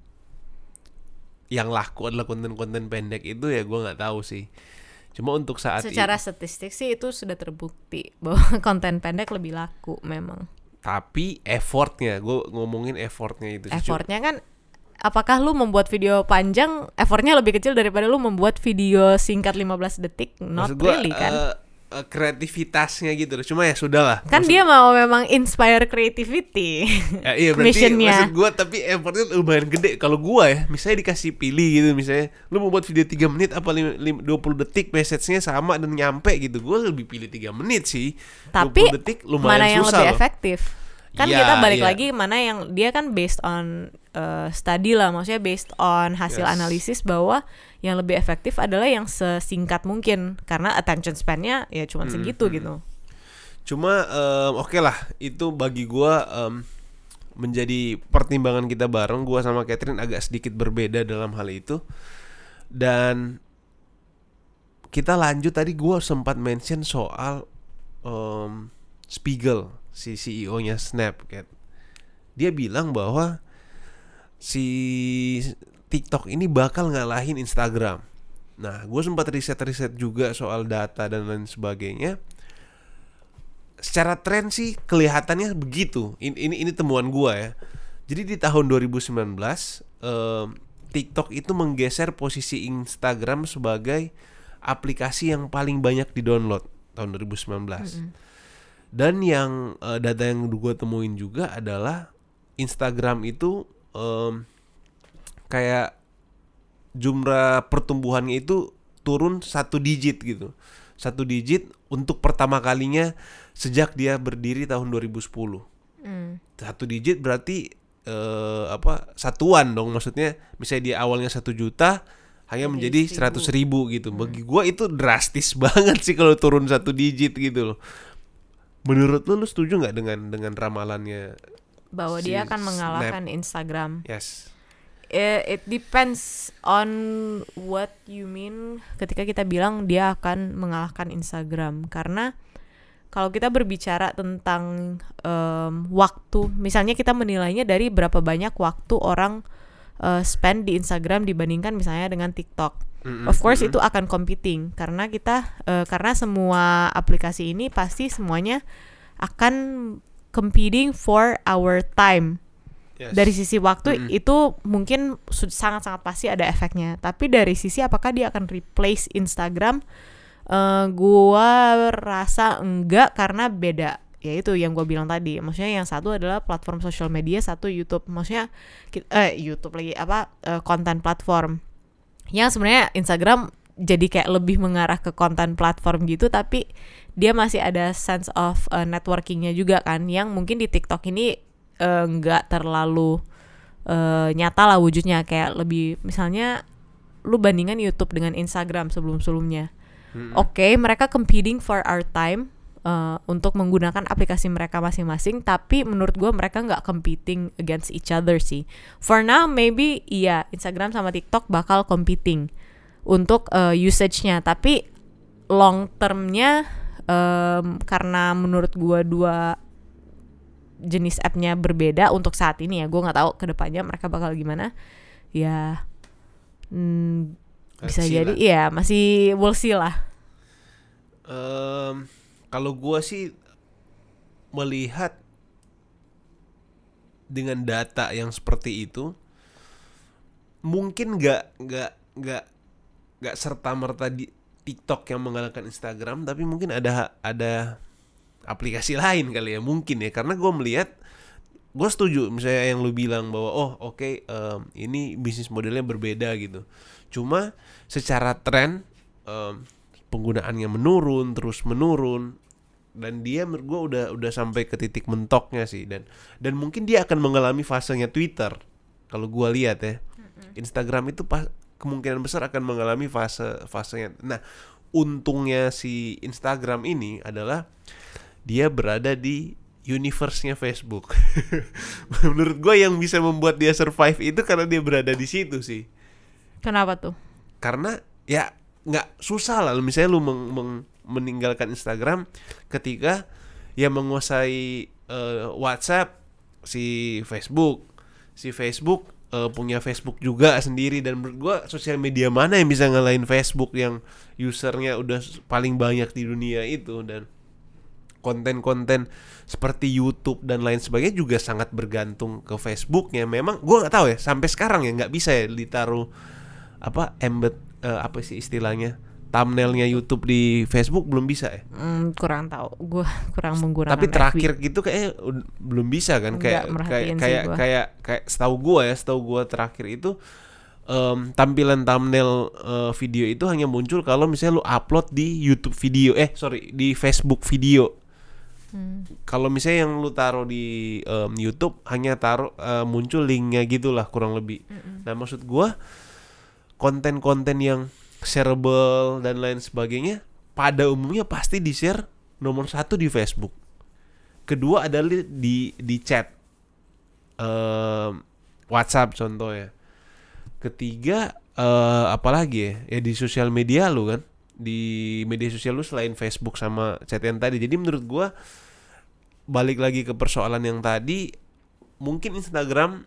yang laku adalah konten-konten pendek itu, ya gue nggak tahu sih. Cuma untuk saat Secara ini, statistik sih itu sudah terbukti bahwa konten pendek lebih laku memang. tapi effortnya, gue ngomongin effortnya itu sih. Effortnya kan, apakah lu membuat video panjang effortnya lebih kecil daripada lu membuat video singkat 15 detik? Not Maksud gue really kan. kreativitasnya gitu loh. Cuma ya sudahlah. Kan dia mau memang inspire creativity. Ya, iya berarti Missionnya. maksud gue, tapi effortnya lumayan gede. Kalau gue ya, misalnya dikasih pilih gitu, misalnya lu mau buat video 3 menit apa 20 detik, message-nya sama dan nyampe gitu, gue lebih pilih 3 menit sih. Tapi 20 detik lumayan mana yang susah lebih loh. efektif? Kan Iya, kita balik iya. lagi mana yang dia kan based on study lah, maksudnya based on hasil Yes. analisis bahwa yang lebih efektif adalah yang sesingkat mungkin, karena attention span-nya ya cuma segitu gitu. Cuma oke lah, itu bagi gue menjadi pertimbangan kita bareng. Gue sama Catherine agak sedikit berbeda dalam hal itu. Dan kita lanjut, tadi gue sempat mention soal Spiegel, si CEO-nya Snap, Kat. Dia bilang bahwa si TikTok ini bakal ngalahin Instagram. Nah, gue sempat riset juga soal data dan lain sebagainya. Secara tren sih kelihatannya begitu. Ini temuan gue ya. Jadi di tahun 2019 TikTok itu menggeser posisi Instagram sebagai aplikasi yang paling banyak di-download tahun 2019. Dan yang data yang gue temuin juga adalah Instagram itu kayak jumlah pertumbuhannya itu turun 1 digit gitu. 1 digit untuk pertama kalinya sejak dia berdiri tahun 2010. 1 digit berarti satuan dong, maksudnya misalnya dia awalnya 1 juta hanya menjadi 100.000 gitu. Bagi gue itu drastis banget sih kalau turun 1 digit gitu loh. Menurut lu setuju nggak dengan ramalannya Bahwa si dia akan mengalahkan Snap? Instagram? Yes. It depends on what you mean ketika kita bilang dia akan mengalahkan Instagram. Karena kalau kita berbicara tentang waktu, misalnya kita menilainya dari berapa banyak waktu orang spend di Instagram dibandingkan misalnya dengan TikTok. Of course itu akan competing karena karena semua aplikasi ini pasti semuanya akan competing for our time. Yes. Dari sisi waktu itu mungkin sangat-sangat pasti ada efeknya. Tapi dari sisi apakah dia akan replace Instagram, gua rasa enggak, karena beda. Ya itu yang gua bilang tadi. Maksudnya yang satu adalah platform social media, satu YouTube. Maksudnya YouTube lagi konten platform. Yang sebenarnya Instagram jadi kayak lebih mengarah ke konten platform gitu, tapi dia masih ada sense of networkingnya juga kan, yang mungkin di TikTok ini nggak terlalu nyata lah wujudnya. Kayak lebih misalnya lu bandingkan YouTube dengan Instagram sebelum-sebelumnya. Oke, mereka competing for our time untuk menggunakan aplikasi mereka masing-masing, tapi menurut gue mereka nggak competing against each other sih. For now maybe iya Instagram sama TikTok bakal competing untuk usage-nya, tapi long term-nya karena menurut gue dua jenis app-nya berbeda untuk saat ini ya, gue nggak tahu kedepannya mereka bakal gimana ya. Bisa jadi ya masih we'll see lah. Kalau gue sih melihat dengan data yang seperti itu, mungkin nggak serta merta di TikTok yang mengalahkan Instagram, tapi mungkin ada aplikasi lain kali ya, mungkin ya, karena gue melihat, gue setuju misalnya yang lu bilang bahwa ini bisnis modelnya berbeda gitu. Cuma secara tren penggunaannya terus menurun, dan dia menurut gue udah sampai ke titik mentoknya sih, dan mungkin dia akan mengalami fasenya Twitter. Kalau gue lihat ya, Instagram itu kemungkinan besar akan mengalami fasenya. Nah, untungnya si Instagram ini adalah dia berada di universe-nya Facebook. Menurut gue yang bisa membuat dia survive itu karena dia berada di situ sih. Kenapa tuh? Karena ya nggak susah lah, misalnya lu meninggalkan Instagram ketika ya menguasai WhatsApp si Facebook punya Facebook juga sendiri. Dan menurut gue sosial media mana yang bisa ngalahin Facebook yang usernya udah paling banyak di dunia itu, dan konten-konten seperti YouTube dan lain sebagainya juga sangat bergantung ke Facebooknya. Memang gue nggak tahu ya sampai sekarang ya nggak bisa ya ditaruh embed apa sih istilahnya, thumbnailnya YouTube di Facebook belum bisa ya. Kurang tahu, gue kurang menggunakan. Tapi terakhir gitu kayak belum bisa kan, kayak setahu gue terakhir itu tampilan thumbnail video itu hanya muncul kalau misalnya lu upload di YouTube video, di Facebook video. Kalau misalnya yang lu taruh di YouTube hanya muncul linknya gitulah kurang lebih. Nah, maksud gue konten-konten yang shareable dan lain sebagainya pada umumnya pasti di-share nomor 1 di Facebook. Kedua adalah di chat WhatsApp contohnya. Ketiga apalagi ya di sosial media lu kan. Di media sosial lu selain Facebook sama chat yang tadi. Jadi menurut gua balik lagi ke persoalan yang tadi, mungkin Instagram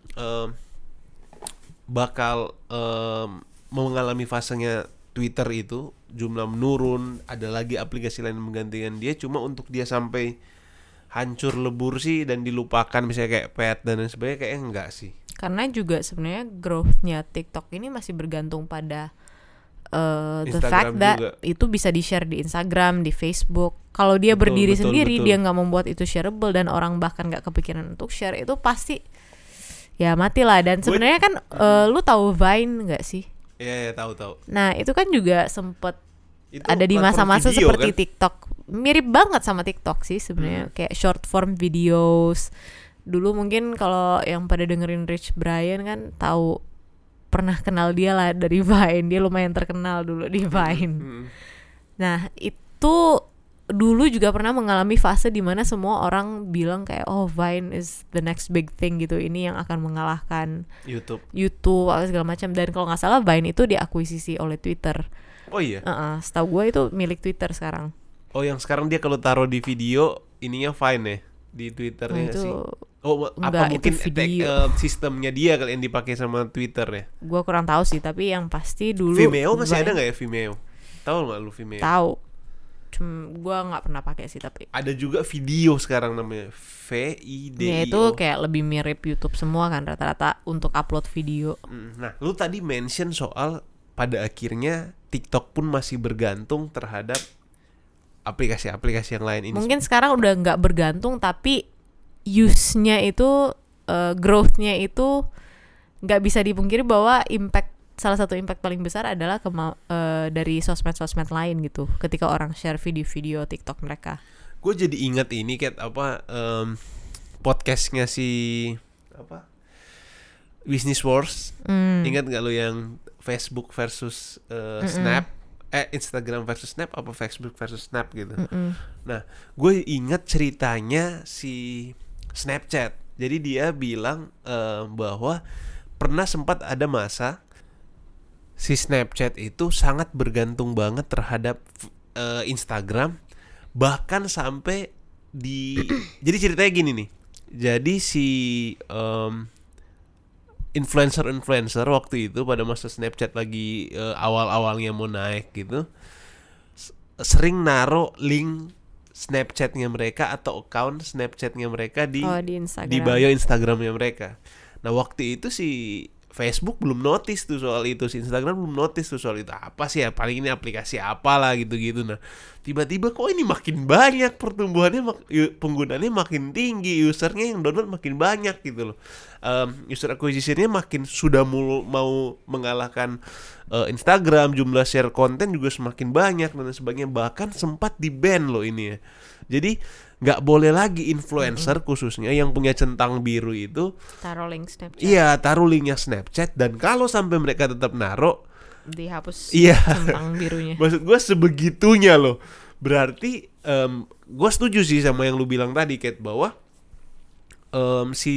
bakal mengalami fasenya Twitter itu, jumlah menurun, ada lagi aplikasi lain menggantikan dia. Cuma untuk dia sampai hancur lebur sih dan dilupakan misalnya kayak Pet dan lain sebagainya, kayaknya enggak sih. Karena juga sebenarnya growth-nya TikTok ini masih bergantung pada the fact that juga itu bisa di-share di Instagram, di Facebook. Kalau dia berdiri sendiri, dia nggak membuat itu shareable dan orang bahkan nggak kepikiran untuk share, itu pasti ya mati lah. Dan sebenarnya kan lu tahu Vine nggak sih? Iya, tahu. Nah, itu kan juga sempet ada di masa-masa seperti kan? TikTok. Mirip banget sama TikTok sih sebenarnya, kayak short form videos. Dulu mungkin kalau yang pada dengerin Rich Brian kan tahu, pernah kenal dia lah dari Vine. Dia lumayan terkenal dulu di Vine. Nah, itu dulu juga pernah mengalami fase di mana semua orang bilang kayak Vine is the next big thing gitu, ini yang akan mengalahkan YouTube atau segala macam. Dan kalau nggak salah Vine itu diakuisisi oleh Twitter. Oh iya. Setahu gue itu milik Twitter sekarang. Oh, yang sekarang dia kalau taruh di video ininya Vine ya di Twitternya sih. Apa mungkin sistemnya dia kali yang dipakai sama Twitter ya? Gue kurang tahu sih, tapi yang pasti dulu Vimeo masih ada nggak ya Vimeo? Tahu nggak lu Vimeo? Tahu. Gue nggak pernah pakai sih, tapi ada juga video sekarang namanya VIDIO. Ya itu kayak lebih mirip YouTube semua kan rata-rata untuk upload video. Nah, lu tadi mention soal pada akhirnya TikTok pun masih bergantung terhadap aplikasi-aplikasi yang lain ini. Mungkin sekarang udah nggak bergantung, tapi use-nya itu growth-nya itu nggak bisa dipungkiri bahwa salah satu impact paling besar adalah dari sosmed-sosmed lain gitu. Ketika orang share video-video TikTok mereka. Gue jadi ingat ini kayak podcastnya si Business Wars. Ingat nggak lo yang Facebook versus Snap, Instagram versus Snap apa Facebook versus Snap gitu. Nah, gue ingat ceritanya si Snapchat. Jadi dia bilang bahwa pernah sempat ada masa si Snapchat itu sangat bergantung banget terhadap Instagram, bahkan sampai jadi ceritanya gini nih. Jadi si influencer waktu itu pada masa Snapchat lagi awal-awalnya mau naik gitu, sering naro link Snapchatnya mereka atau account Snapchatnya mereka di Instagram. di bio Instagramnya mereka. Nah waktu itu si Facebook belum notice tuh soal itu, si Instagram belum notice tuh soal itu, apa sih ya, paling ini aplikasi apalah gitu-gitu. Nah tiba-tiba kok ini makin banyak pertumbuhannya, penggunaannya makin tinggi, usernya yang download makin banyak gitu loh. User acquisition-nya makin sudah mau mengalahkan Instagram, jumlah share konten juga semakin banyak dan sebagainya, bahkan sempat di-ban loh ini ya. Jadi nggak boleh lagi influencer khususnya yang punya centang biru itu taruh link Snapchat. Iya, taruh linknya Snapchat, dan kalau sampai mereka tetap naro, dihapus iya, centang birunya. Maksud gue sebegitunya loh. Berarti gue setuju sih sama yang lu bilang tadi, Kate, bahwa si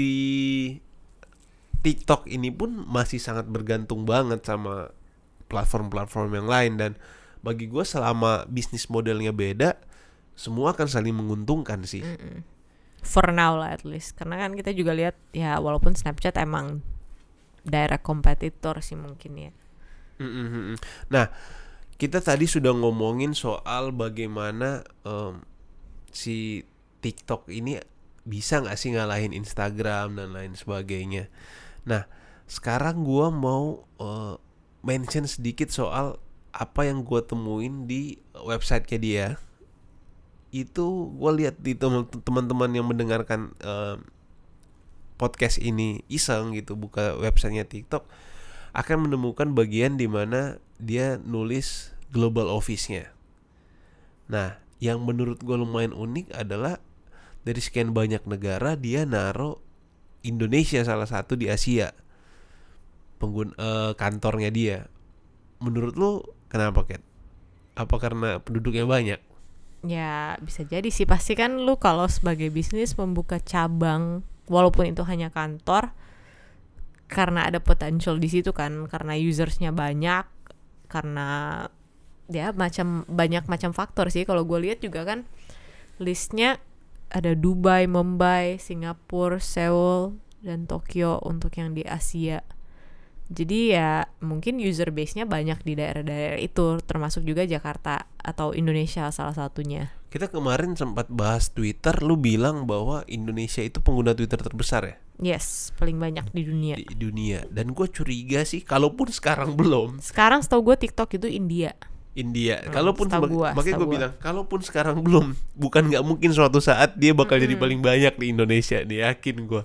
TikTok ini pun masih sangat bergantung banget sama platform-platform yang lain. Dan bagi gue selama bisnis modelnya beda, semua akan saling menguntungkan sih. For now lah at least. Karena kan kita juga lihat ya, walaupun Snapchat emang direct competitor sih mungkin ya. Nah, kita tadi sudah ngomongin soal bagaimana si TikTok ini bisa gak sih ngalahin Instagram dan lain sebagainya. Nah, sekarang gue mau mention sedikit soal apa yang gue temuin di websitenya dia. Itu gue lihat di teman-teman yang mendengarkan podcast ini iseng gitu buka websitenya TikTok, akan menemukan bagian di mana dia nulis global office-nya. Nah, yang menurut gue lumayan unik adalah dari sekian banyak negara dia naro Indonesia salah satu di Asia kantornya dia. Menurut lu kenapa, Kat? Apa karena penduduknya banyak? Ya bisa jadi sih, pasti kan lu kalau sebagai bisnis membuka cabang walaupun itu hanya kantor, karena ada potential di situ kan, karena usersnya banyak, karena ya banyak macam faktor sih. Kalau gue lihat juga kan listnya ada Dubai, Mumbai, Singapura, Seoul, dan Tokyo untuk yang di Asia. Jadi ya mungkin user base-nya banyak di daerah-daerah itu, termasuk juga Jakarta atau Indonesia salah satunya. Kita kemarin sempat bahas Twitter, lu bilang bahwa Indonesia itu pengguna Twitter terbesar ya? Yes, paling banyak di dunia. Di dunia. Dan gue curiga sih, kalaupun sekarang belum. Sekarang setahu gue TikTok itu India. Kalaupun makanya gue bilang, kalaupun sekarang belum, bukan nggak mungkin suatu saat dia bakal jadi paling banyak di Indonesia, nih yakin gue.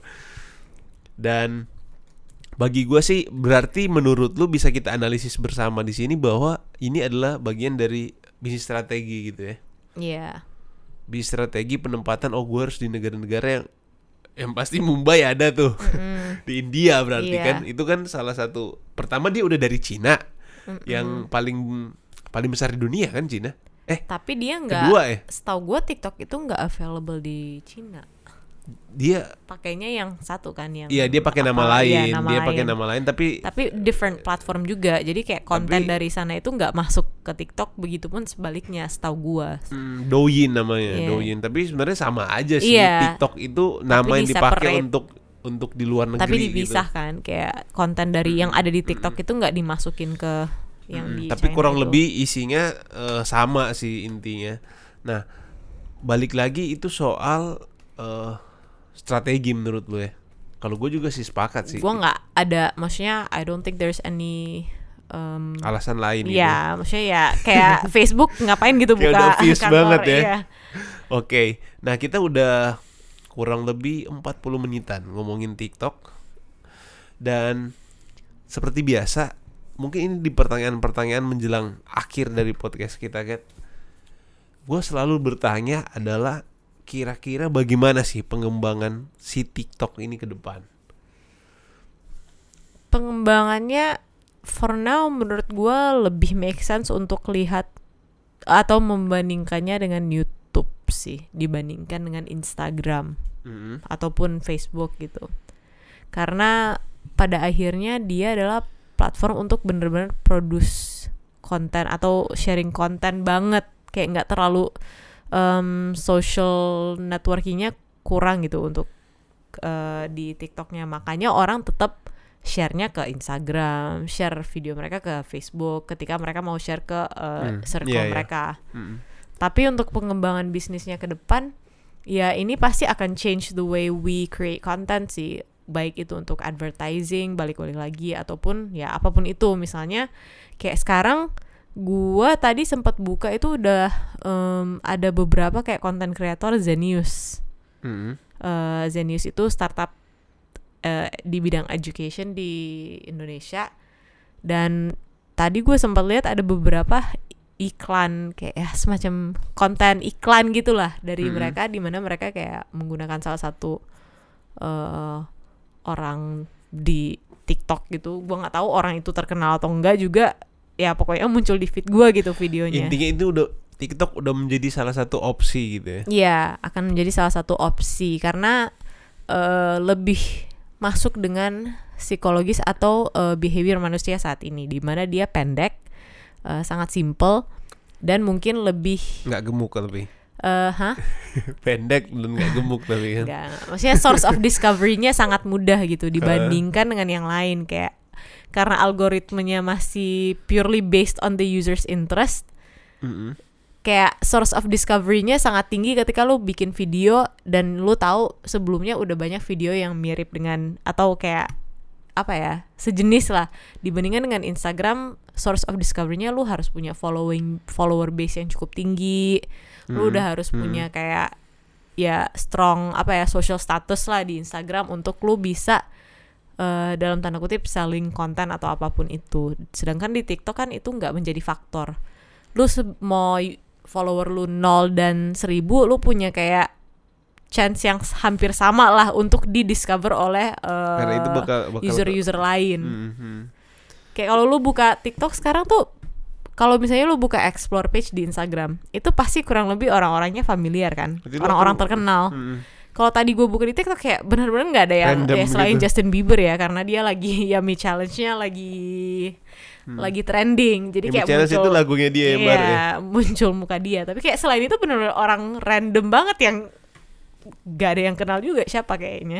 Dan bagi gue sih berarti menurut lu bisa kita analisis bersama di sini bahwa ini adalah bagian dari bisnis strategi gitu ya. Iya. Bisnis strategi penempatan, gue harus di negara-negara yang pasti Mumbai ada tuh. Di India berarti kan. Itu kan salah satu. Pertama dia udah dari Cina. Yang paling besar di dunia kan Cina. Tapi dia nggak. Kedua ya. Setahu gue TikTok itu nggak available di Cina. Dia pakainya yang satu kan yang. Iya, dia pakai nama lain. Dia pakai nama lain tapi different platform juga. Jadi kayak konten dari sana itu nggak masuk ke TikTok, begitupun sebaliknya setahu gua. Douyin namanya, Douyin. Tapi sebenarnya sama aja sih. TikTok itu nama yang dipakai untuk di luar negeri. Tapi dipisah gitu kan, kayak konten dari yang ada di TikTok itu nggak dimasukin ke yang di tapi China kurang itu. Lebih isinya sama sih intinya. Nah, balik lagi itu soal strategi menurut lu ya. Kalau gue juga sih sepakat sih. Gue nggak ada, maksudnya I don't think there's any alasan lain gitu. Ya, maksudnya ya kayak Facebook ngapain gitu buka udah obvious kantor banget ya. Iya. Oke. Nah, kita udah kurang lebih 40 menitan ngomongin TikTok. Dan seperti biasa, mungkin ini di pertanyaan-pertanyaan menjelang akhir dari podcast kita, Kat. Gue selalu bertanya adalah kira-kira bagaimana sih pengembangan si TikTok ini ke depan? Pengembangannya for now menurut gue lebih make sense untuk lihat atau membandingkannya dengan YouTube sih dibandingkan dengan Instagram ataupun Facebook gitu. Karena pada akhirnya dia adalah platform untuk bener-bener produce konten atau sharing konten banget, kayak nggak terlalu social networkingnya kurang gitu untuk di TikToknya. Makanya orang tetap share-nya ke Instagram, share video mereka ke Facebook ketika mereka mau share ke circle mereka. Tapi untuk pengembangan bisnisnya ke depan, ya ini pasti akan change the way we create content sih. Baik itu untuk advertising, balik-balik lagi, ataupun ya apapun itu. Misalnya kayak sekarang gua tadi sempat buka itu udah ada beberapa kayak content creator Zenius. Zenius itu startup di bidang education di Indonesia. Dan tadi gue sempat lihat ada beberapa iklan kayak ya semacam konten iklan gitulah dari mereka, di mana mereka kayak menggunakan salah satu orang di TikTok gitu. Gue nggak tahu orang itu terkenal atau enggak juga, ya pokoknya muncul di feed gue gitu videonya. Intinya itu udah TikTok udah menjadi salah satu opsi gitu ya. Iya, akan menjadi salah satu opsi karena lebih masuk dengan psikologis atau behavior manusia saat ini, di mana dia pendek, sangat simple, dan mungkin lebih nggak gemuk lebih. Pendek dan nggak gemuk tapi kan. Nggak, maksudnya source of discovery-nya sangat mudah gitu dibandingkan dengan yang lain, kayak karena algoritmenya masih purely based on the user's interest. Kayak source of discovery-nya sangat tinggi ketika lu bikin video dan lu tahu sebelumnya udah banyak video yang mirip dengan atau kayak apa ya, sejenis lah, dibandingkan dengan Instagram. Source of discovery-nya lu harus punya follower base yang cukup tinggi. Lu udah harus punya kayak ya strong apa ya, social status lah di Instagram untuk lu bisa dalam tanda kutip selling konten atau apapun itu. Sedangkan di TikTok kan itu nggak menjadi faktor. Lu mau follower lu 0 dan 1000, lu punya kayak chance yang hampir sama lah untuk di-discover oleh itu bakal user-user lain. Kayak kalau lu buka TikTok sekarang tuh, kalau misalnya lu buka explore page di Instagram, itu pasti kurang lebih orang-orangnya familiar kan, orang-orang terkenal. Kalau tadi gue buka di TikTok kayak benar-benar nggak ada yang ya, selain gitu. Justin Bieber ya, karena dia lagi Yummy Challenge-nya lagi trending. Jadi kayak muncul itu lagunya dia yang baru ya. Muncul muka dia. Tapi kayak selain itu benar-benar orang random banget yang nggak ada yang kenal juga siapa kayaknya.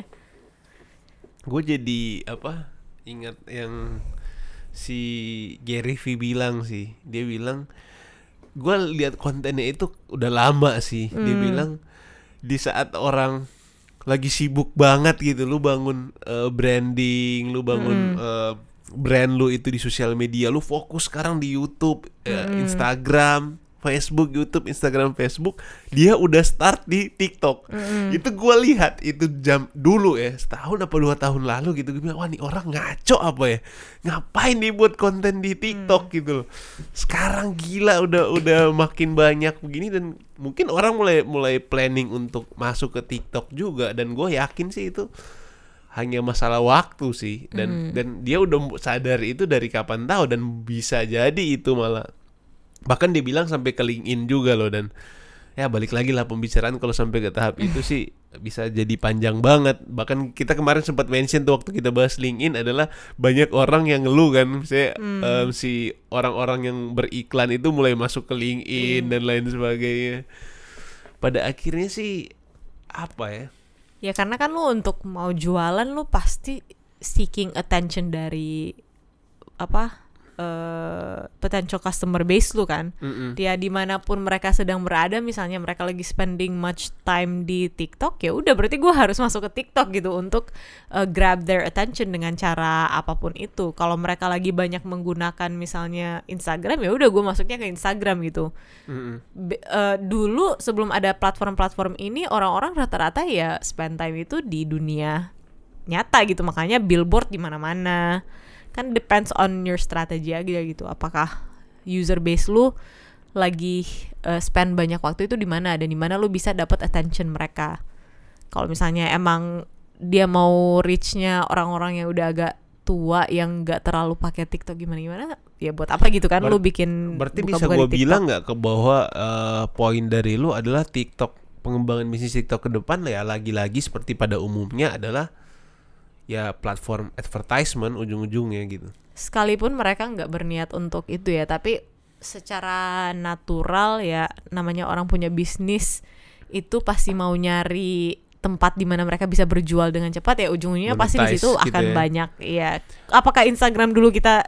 Gue jadi ingat yang si Gary V bilang sih. Dia bilang, gue lihat kontennya itu udah lama sih. Dia bilang di saat orang lagi sibuk banget gitu, lu bangun branding, lu bangun brand lu itu di sosial media, lu fokus sekarang di YouTube, Instagram, Facebook, YouTube, Instagram, Facebook, dia udah start di TikTok. Itu gue lihat itu jam dulu ya, setahun apa 2 tahun lalu gitu. Gue bilang, wah nih orang ngaco apa ya, ngapain dia buat konten di TikTok gitu loh. Sekarang gila udah makin banyak begini, dan mungkin orang mulai planning untuk masuk ke TikTok juga. Dan gue yakin sih itu hanya masalah waktu sih. Dan dia udah sadar itu dari kapan tahu, dan bisa jadi itu malah bahkan dia bilang sampai ke LinkedIn juga loh. Dan ya balik lagi lah pembicaraan kalau sampai ke tahap itu sih bisa jadi panjang banget. Bahkan kita kemarin sempat mention tuh waktu kita bahas LinkedIn adalah banyak orang yang ngeluh kan, misalnya si orang-orang yang beriklan itu mulai masuk ke LinkedIn dan lain sebagainya. Pada akhirnya sih apa ya? Ya karena kan lu untuk mau jualan lu pasti seeking attention dari potential customer base lu kan. Dia dimanapun mereka sedang berada, misalnya mereka lagi spending much time di TikTok, ya udah berarti gue harus masuk ke TikTok gitu untuk grab their attention dengan cara apapun itu. Kalau mereka lagi banyak menggunakan misalnya Instagram, ya udah gue masuknya ke Instagram gitu. Dulu sebelum ada platform-platform ini, orang-orang rata-rata ya spend time itu di dunia nyata gitu, makanya billboard di mana-mana. Kan depends on your strategy aja gitu. Apakah user base lu lagi spend banyak waktu itu di mana, dan di mana lu bisa dapat attention mereka. Kalau misalnya emang dia mau reach-nya orang-orang yang udah agak tua yang nggak terlalu pakai TikTok gimana ya buat apa gitu kan lu bikin berarti bisa buka-buka gue di TikTok. bilang nggak ke bahwa poin dari lu adalah TikTok, pengembangan bisnis TikTok ke depan ya lagi-lagi seperti pada umumnya adalah ya platform advertisement ujung-ujungnya gitu. Sekalipun mereka nggak berniat untuk itu ya, tapi secara natural ya namanya orang punya bisnis itu pasti mau nyari tempat di mana mereka bisa berjual dengan cepat ya, ujung-ujungnya pasti di situ Monetize akan gitu ya. banyak ya. Apakah Instagram dulu kita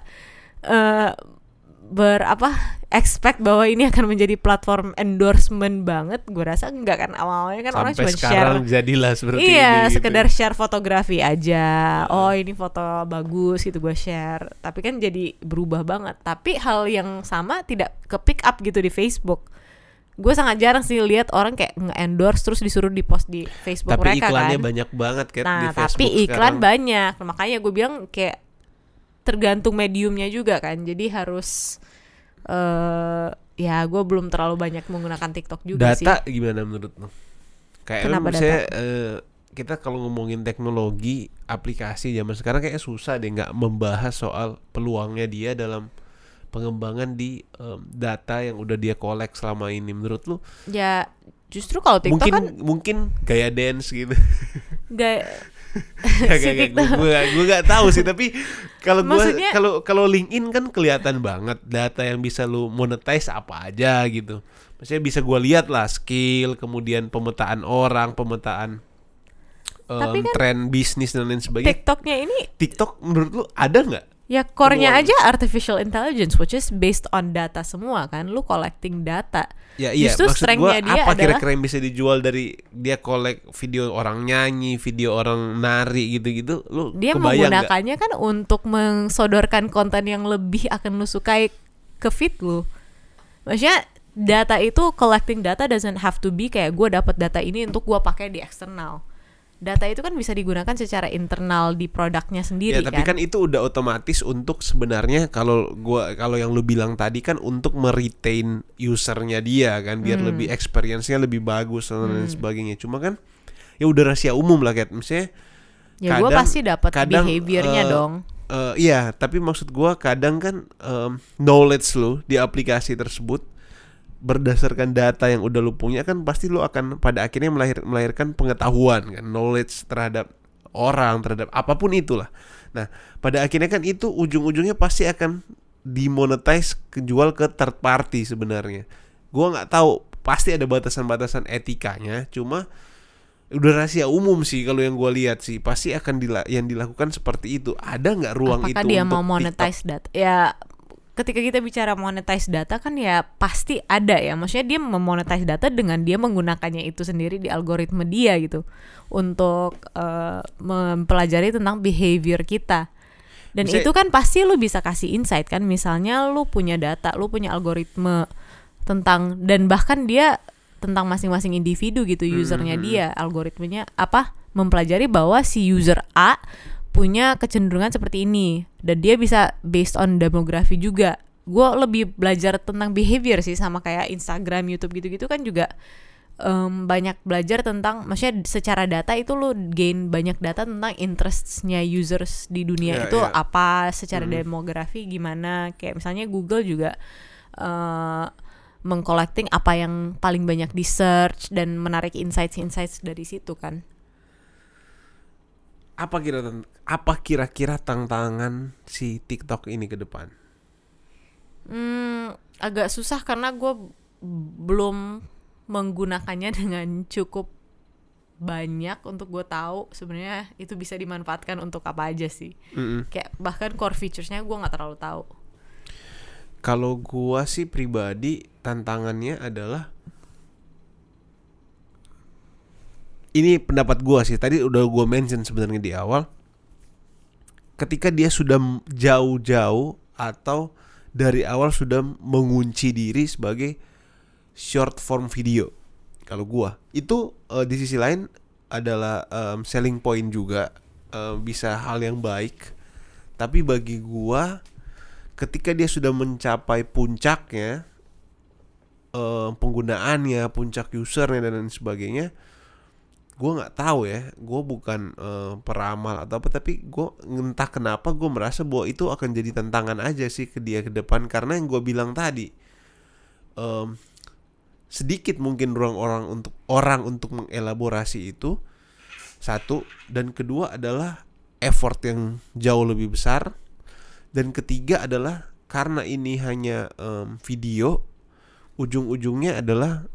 expect bahwa ini akan menjadi platform endorsement banget? Gue rasa enggak kan, awalnya kan orang Sampai cuma sekarang share. jadilah seperti Iya, ini gitu. sekedar share fotografi aja. Oh, ini foto bagus gitu gue share. Tapi kan jadi berubah banget. Tapi hal yang sama tidak ke pick up gitu di Facebook. Gue sangat jarang sih lihat orang kayak nge-endorse terus disuruh di post di Facebook Tapi mereka iklannya kan. banyak banget kan di Nah, Facebook tapi iklan sekarang. banyak. Makanya gue bilang kayak tergantung mediumnya juga kan. Jadi harus ya gue belum terlalu banyak menggunakan TikTok juga sih. Data gimana menurut lo? Kayak Kenapa misalnya kita kalau ngomongin teknologi, aplikasi zaman sekarang kayak susah deh nggak membahas soal peluangnya dia dalam pengembangan di data yang udah dia kolek selama ini. Menurut lu? Ya justru kalau TikTok mungkin gaya dance gitu. Gak si Gue gak tahu sih, tapi kalau Maksudnya- kalau LinkedIn kan kelihatan banget data yang bisa lu monetize apa aja gitu. Maksudnya bisa gue lihat lah skill, kemudian pemetaan orang, pemetaan Tapi kan tren bisnis dan lain sebagainya. TikToknya ini TikTok menurut lu ada nggak? ya core-nya Peluang. aja artificial intelligence, which is based on data semua kan. Lu collecting data. Ya iya, Justru maksud gue strength-nya dia apa adalah kira-kira yang bisa dijual dari dia kolek video orang nyanyi, video orang nari gitu-gitu, lu dia kebayang nggak? menggunakannya kan untuk mensodorkan konten yang lebih akan lu sukai ke feed lu. Maksudnya data itu, collecting data doesn't have to be kayak gue dapat data ini untuk gue pakai di eksternal. Data itu kan bisa digunakan secara internal di produknya sendiri Ya, tapi kan itu udah otomatis untuk sebenarnya kalau yang lu bilang tadi kan untuk meretain usernya dia kan biar lebih experience-nya lebih bagus dan lain sebagainya. Cuma kan ya udah rahasia umum lah kayak misalnya ya gue pasti dapat behaviornya dong. Iya, tapi maksud gue kadang kan knowledge lu di aplikasi tersebut berdasarkan data yang udah lu punya kan pasti lu akan pada akhirnya melahirkan pengetahuan kan, knowledge terhadap orang, terhadap apapun itulah. Nah, pada akhirnya kan itu ujung-ujungnya pasti akan dimonetize, kejual ke third party sebenarnya. Gua nggak tahu, pasti ada batasan-batasan etikanya, cuma udah rahasia umum sih kalau yang gue lihat sih pasti akan yang dilakukan seperti itu. Ada nggak ruang Apakah itu dia untuk mau monetize data? Ya ketika kita bicara monetize data kan ya pasti ada ya. Maksudnya dia memonetize data dengan dia menggunakannya itu sendiri di algoritma dia gitu untuk mempelajari tentang behavior kita. Dan itu kan pasti lu bisa kasih insight kan. Misalnya lu punya data, lu punya algoritma tentang, dan bahkan dia tentang masing-masing individu gitu, usernya dia, algoritmanya mempelajari bahwa si user A punya kecenderungan seperti ini dan dia bisa based on demografi juga. Gue lebih belajar tentang behavior sih, sama kayak Instagram, YouTube gitu-gitu kan juga banyak belajar tentang, maksudnya secara data itu lo gain banyak data tentang interestnya users di dunia itu apa, secara demografi gimana. Kayak misalnya Google juga mengcollecting apa yang paling banyak di search dan menarik insights dari situ kan. Apa kira-kira tantangan si TikTok ini ke depan? Agak susah karena gue belum menggunakannya dengan cukup banyak untuk gue tahu sebenarnya itu bisa dimanfaatkan untuk apa aja sih. Kayak bahkan core featuresnya gue nggak terlalu tahu. Kalau gue sih pribadi tantangannya adalah, ini pendapat gue sih, tadi udah gue mention sebenarnya di awal, ketika dia sudah jauh-jauh atau dari awal sudah mengunci diri sebagai short form video. Kalau gue itu di sisi lain adalah selling point juga, bisa hal yang baik. Tapi bagi gue ketika dia sudah mencapai puncaknya, penggunaannya, puncak usernya dan lain sebagainya, gue nggak tahu ya, gue bukan peramal atau apa, tapi gue entah kenapa gue merasa bahwa itu akan jadi tantangan aja sih ke dia ke depan, karena yang gue bilang tadi, sedikit mungkin ruang orang untuk mengelaborasi itu satu, dan kedua adalah effort yang jauh lebih besar, dan ketiga adalah karena ini hanya video, ujung-ujungnya adalah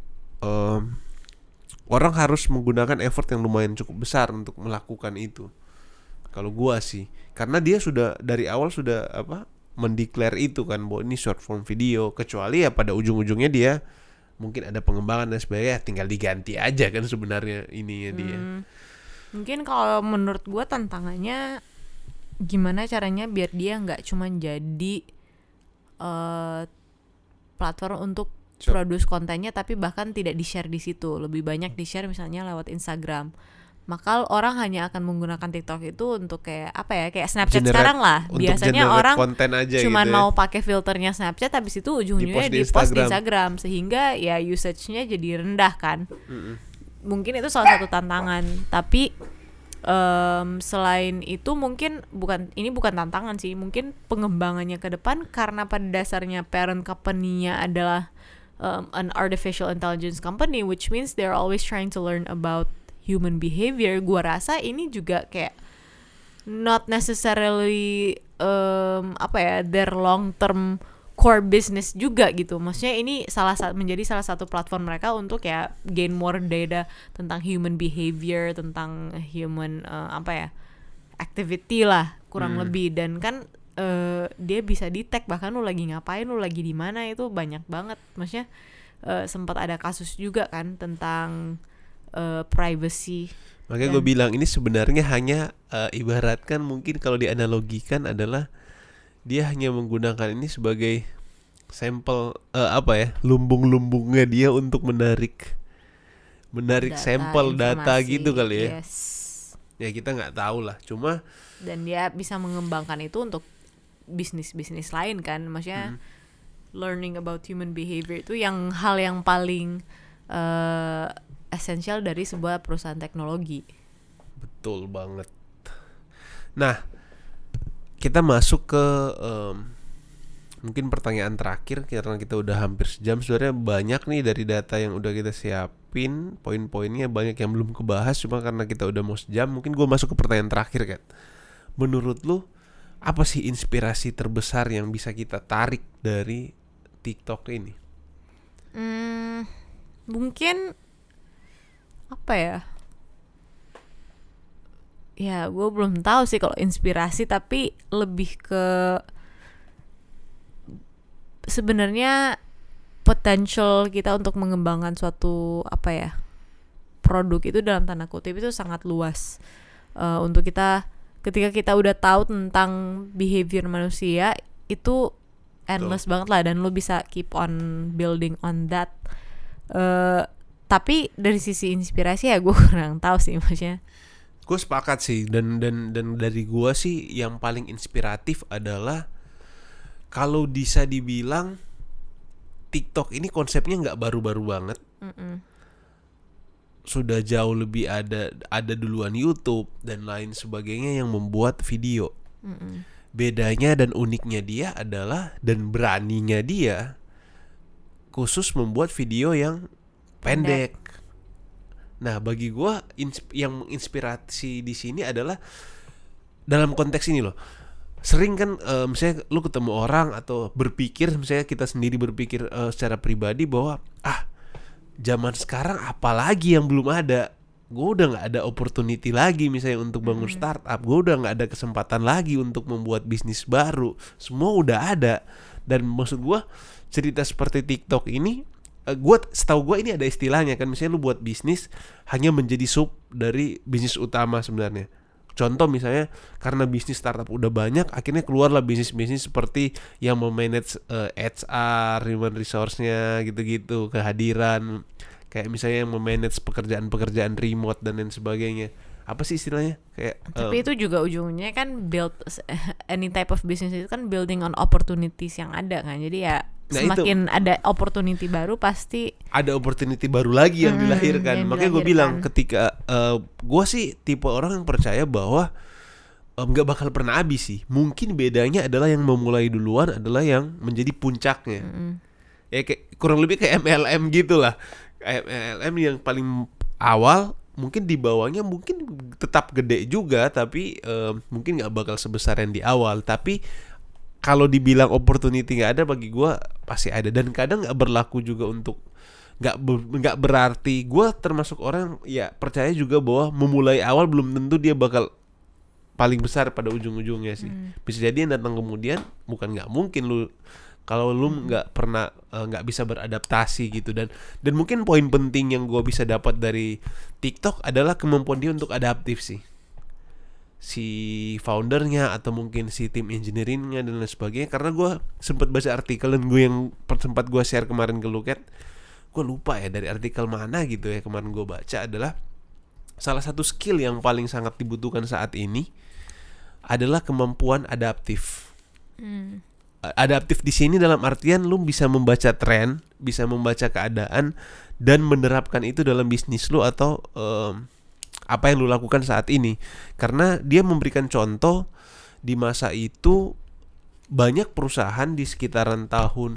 orang harus menggunakan effort yang lumayan cukup besar untuk melakukan itu. Kalau gua sih, karena dia sudah dari awal sudah mendeklar itu kan, bahwa ini short form video, kecuali ya pada ujung-ujungnya dia mungkin ada pengembangan dan sebagainya, tinggal diganti aja kan sebenarnya ininya dia. Mungkin kalau menurut gua tantangannya gimana caranya biar dia nggak cuma jadi platform untuk produce kontennya, tapi bahkan tidak di-share di situ, lebih banyak di-share misalnya lewat Instagram. Maka orang hanya akan menggunakan TikTok itu untuk kayak kayak Snapchat sekarang lah. Biasanya orang cuman gitu mau pakai filternya Snapchat, habis itu ujung-ujungnya di-post di Instagram, sehingga ya usage-nya jadi rendah kan. Mungkin itu salah satu tantangan. Tapi selain itu mungkin bukan tantangan sih, mungkin pengembangannya ke depan, karena pada dasarnya parent company-nya adalah an artificial intelligence company, which means they're always trying to learn about human behavior. Gua rasa ini juga kayak not necessarily their long term core business juga gitu. Maksudnya ini menjadi salah satu platform mereka untuk ya gain more data tentang human behavior, tentang human activity lah kurang lebih. Dan kan dia bisa detect bahkan lu lagi ngapain, lu lagi di mana, itu banyak banget. Maksudnya sempat ada kasus juga kan tentang privacy. Makanya gue bilang ini sebenarnya hanya ibaratkan, mungkin kalau dianalogikan adalah dia hanya menggunakan ini sebagai sampel lumbung-lumbungnya dia untuk menarik sampel data gitu kali ya. Yes. Ya kita nggak tahu lah, cuma dan dia bisa mengembangkan itu untuk bisnis lain kan. Maksudnya learning about human behavior itu hal yang paling esensial dari sebuah perusahaan teknologi. Betul banget. Nah, kita masuk ke mungkin pertanyaan terakhir, karena kita udah hampir sejam. Sebenarnya banyak nih dari data yang udah kita siapin, poin-poinnya banyak yang belum kebahas, cuma karena kita udah mau sejam, mungkin gue masuk ke pertanyaan terakhir kan. Menurut lu apa sih inspirasi terbesar yang bisa kita tarik dari TikTok ini? Mungkin ya gue belum tahu sih kalau inspirasi, tapi lebih ke sebenarnya potential kita untuk mengembangkan suatu produk itu dalam tanda kutip itu sangat luas. Untuk kita, ketika kita udah tahu tentang behavior manusia, itu endless banget lah, dan lu bisa keep on building on that. Tapi dari sisi inspirasi ya gue kurang tahu sih, maksudnya. Gue sepakat sih, dan dari gue sih yang paling inspiratif adalah kalau bisa dibilang TikTok ini konsepnya nggak baru-baru banget. Sudah jauh lebih ada duluan YouTube dan lain sebagainya yang membuat video. Bedanya dan uniknya dia adalah, dan beraninya dia khusus membuat video yang pendek. Nah, bagi gue yang menginspirasi di sini adalah dalam konteks ini loh. Sering kan misalnya lu ketemu orang atau berpikir, misalnya kita sendiri berpikir secara pribadi bahwa zaman sekarang apalagi yang belum ada. Gue udah gak ada opportunity lagi misalnya untuk bangun startup. Gue udah gak ada kesempatan lagi untuk membuat bisnis baru. Semua udah ada. Dan maksud gue, cerita seperti TikTok ini, setahu gue ini ada istilahnya kan. Misalnya lu buat bisnis hanya menjadi sub dari bisnis utama sebenarnya. Contoh misalnya, karena bisnis startup udah banyak, akhirnya keluarlah bisnis-bisnis seperti yang memanage HR, human resource-nya gitu-gitu, kehadiran. Kayak misalnya yang memanage pekerjaan-pekerjaan remote dan lain sebagainya. Apa sih istilahnya? Tapi itu juga ujungnya kan build any type of business itu kan building on opportunities yang ada kan. Jadi ya semakin ada opportunity baru pasti ada opportunity baru lagi yang dilahirkan. Makanya gue bilang ketika gue sih tipe orang yang percaya bahwa nggak bakal pernah habis sih. Mungkin bedanya adalah yang memulai duluan adalah yang menjadi puncaknya. Ya kayak kurang lebih kayak MLM gitulah. MLM yang paling awal mungkin di bawahnya mungkin tetap gede juga, tapi mungkin nggak bakal sebesar yang di awal. Tapi kalau dibilang opportunity nggak ada, bagi gue pasti ada. Dan kadang nggak berlaku juga untuk nggak berarti gue termasuk orang ya percaya juga bahwa memulai awal belum tentu dia bakal paling besar pada ujung-ujungnya sih. Bisa jadi yang datang kemudian bukan nggak mungkin lu kalau lu nggak pernah nggak bisa beradaptasi gitu. Dan mungkin poin penting yang gue bisa dapat dari TikTok adalah kemampuan dia untuk adaptif sih. Si foundernya atau mungkin si tim engineeringnya dan lain sebagainya. Karena gue sempat baca artikel dan gue yang sempat gue share kemarin ke Luket, gue lupa ya dari artikel mana gitu ya kemarin gue baca, adalah salah satu skill yang paling sangat dibutuhkan saat ini adalah kemampuan adaptif. Adaptif di sini dalam artian lu bisa membaca tren, bisa membaca keadaan dan menerapkan itu dalam bisnis lu atau apa yang lu lakukan saat ini. Karena dia memberikan contoh di masa itu banyak perusahaan di sekitaran tahun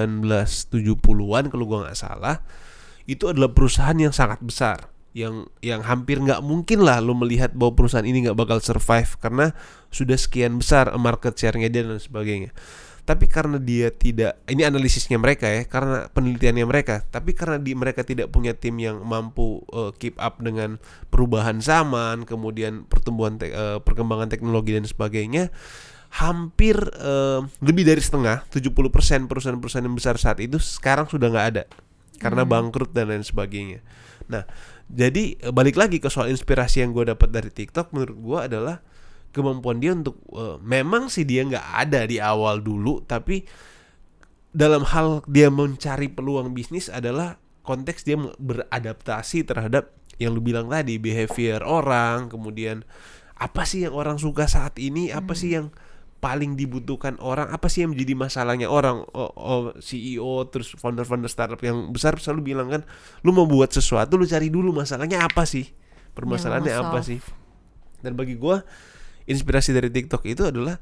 1970-an kalau gua nggak salah, itu adalah perusahaan yang sangat besar, yang hampir nggak mungkin lah lu melihat bahwa perusahaan ini nggak bakal survive karena sudah sekian besar market share-nya dia dan sebagainya. Tapi karena dia tidak, ini analisisnya mereka ya, karena penelitiannya mereka, tapi karena mereka tidak punya tim yang mampu keep up dengan perubahan zaman, kemudian perkembangan teknologi dan sebagainya, hampir lebih dari setengah, 70% perusahaan-perusahaan yang besar saat itu sekarang sudah nggak ada karena bangkrut dan lain sebagainya. Nah, jadi balik lagi ke soal inspirasi yang gue dapat dari TikTok, menurut gue adalah kemampuan dia untuk memang sih dia nggak ada di awal dulu, tapi dalam hal dia mencari peluang bisnis adalah konteks dia beradaptasi terhadap yang lu bilang tadi, behavior orang, kemudian apa sih yang orang suka saat ini, apa sih yang paling dibutuhkan orang, apa sih yang menjadi masalahnya orang. CEO terus founder-founder startup yang besar selalu bilang kan, lu mau buat sesuatu lu cari dulu masalahnya apa sih, permasalahannya apa sih. Dan bagi gue inspirasi dari TikTok itu adalah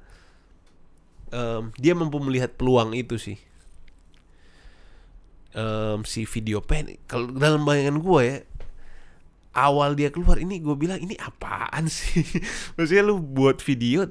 dia mampu melihat peluang itu sih. Si video pendek, kalau dalam bayangan gue ya, awal dia keluar ini gue bilang ini apaan sih? Maksudnya lu buat video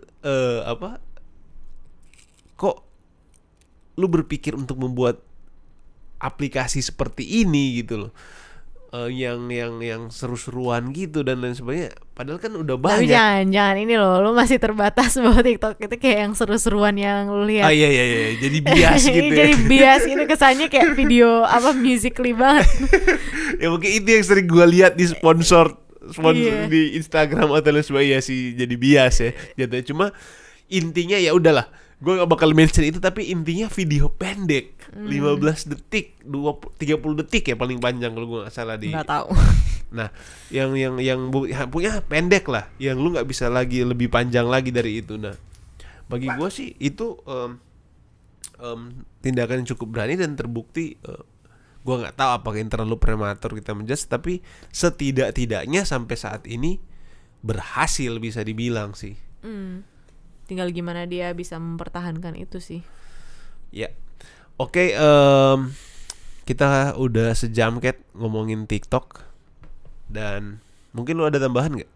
kok lu berpikir untuk membuat aplikasi seperti ini gitu loh. Yang seru-seruan gitu dan lain sebagainya. Padahal kan udah banyak. Tapi jangan ini loh, lu masih terbatas bahwa TikTok itu kayak yang seru-seruan yang lu lihat. Iya, jadi bias gitu ya. Jadi bias itu kesannya kayak video musically banget. Ya mungkin itu yang sering gue lihat di sponsor di Instagram atau lain sebagainya sih, jadi bias ya. Jatuhnya cuma intinya ya udahlah, gue gak bakal mention itu, tapi intinya video pendek 15 detik 30 detik ya paling panjang kalau gue gak salah di. Gak tahu. Nah yang punya pendek lah, yang lu gak bisa lagi lebih panjang lagi dari itu. Nah bagi gue sih itu tindakan yang cukup berani dan terbukti. Gue gak tahu apakah ini terlalu prematur kita menjudge, tapi setidak-tidaknya sampai saat ini berhasil bisa dibilang sih. Tinggal gimana dia bisa mempertahankan itu sih. Ya, oke, kita udah sejam Kat ngomongin TikTok. Dan mungkin lu ada tambahan gak?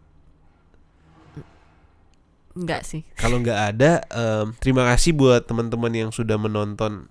Enggak sih. Kalau gak ada, terima kasih buat teman-teman yang sudah mendengarkan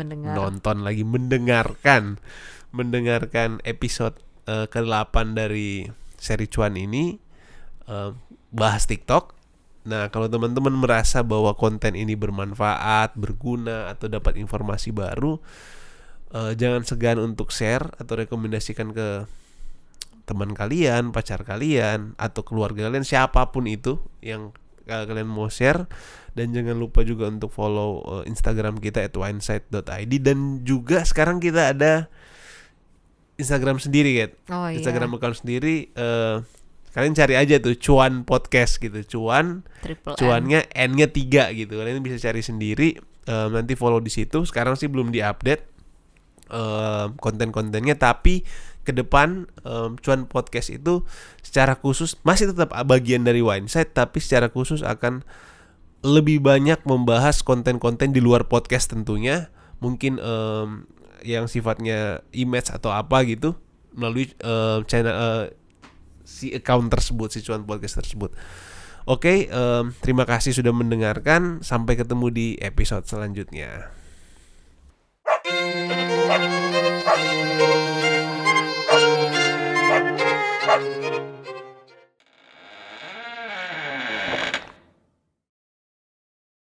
episode ke-8 dari seri Cuan ini, bahas TikTok. Nah, kalau teman-teman merasa bahwa konten ini bermanfaat, berguna, atau dapat informasi baru, jangan segan untuk share atau rekomendasikan ke teman kalian, pacar kalian, atau keluarga kalian, siapapun itu yang kalian mau share. Dan jangan lupa juga untuk follow Instagram kita @winesight.id. Dan juga sekarang kita ada Instagram sendiri, Kat. Oh, Instagram account sendiri. Kalian cari aja tuh Cuan Podcast gitu. Cuan, Triple N. cuannya N-nya 3 gitu. Kalian bisa cari sendiri. Nanti follow di situ. Sekarang sih belum diupdate konten-kontennya, tapi ke depan Cuan Podcast itu secara khusus masih tetap bagian dari Wineside, tapi secara khusus akan lebih banyak membahas konten-konten di luar podcast tentunya. Mungkin yang sifatnya image atau apa gitu melalui channel si account tersebut, si Cuan Podcast tersebut. Oke, terima kasih sudah mendengarkan. Sampai ketemu di episode selanjutnya.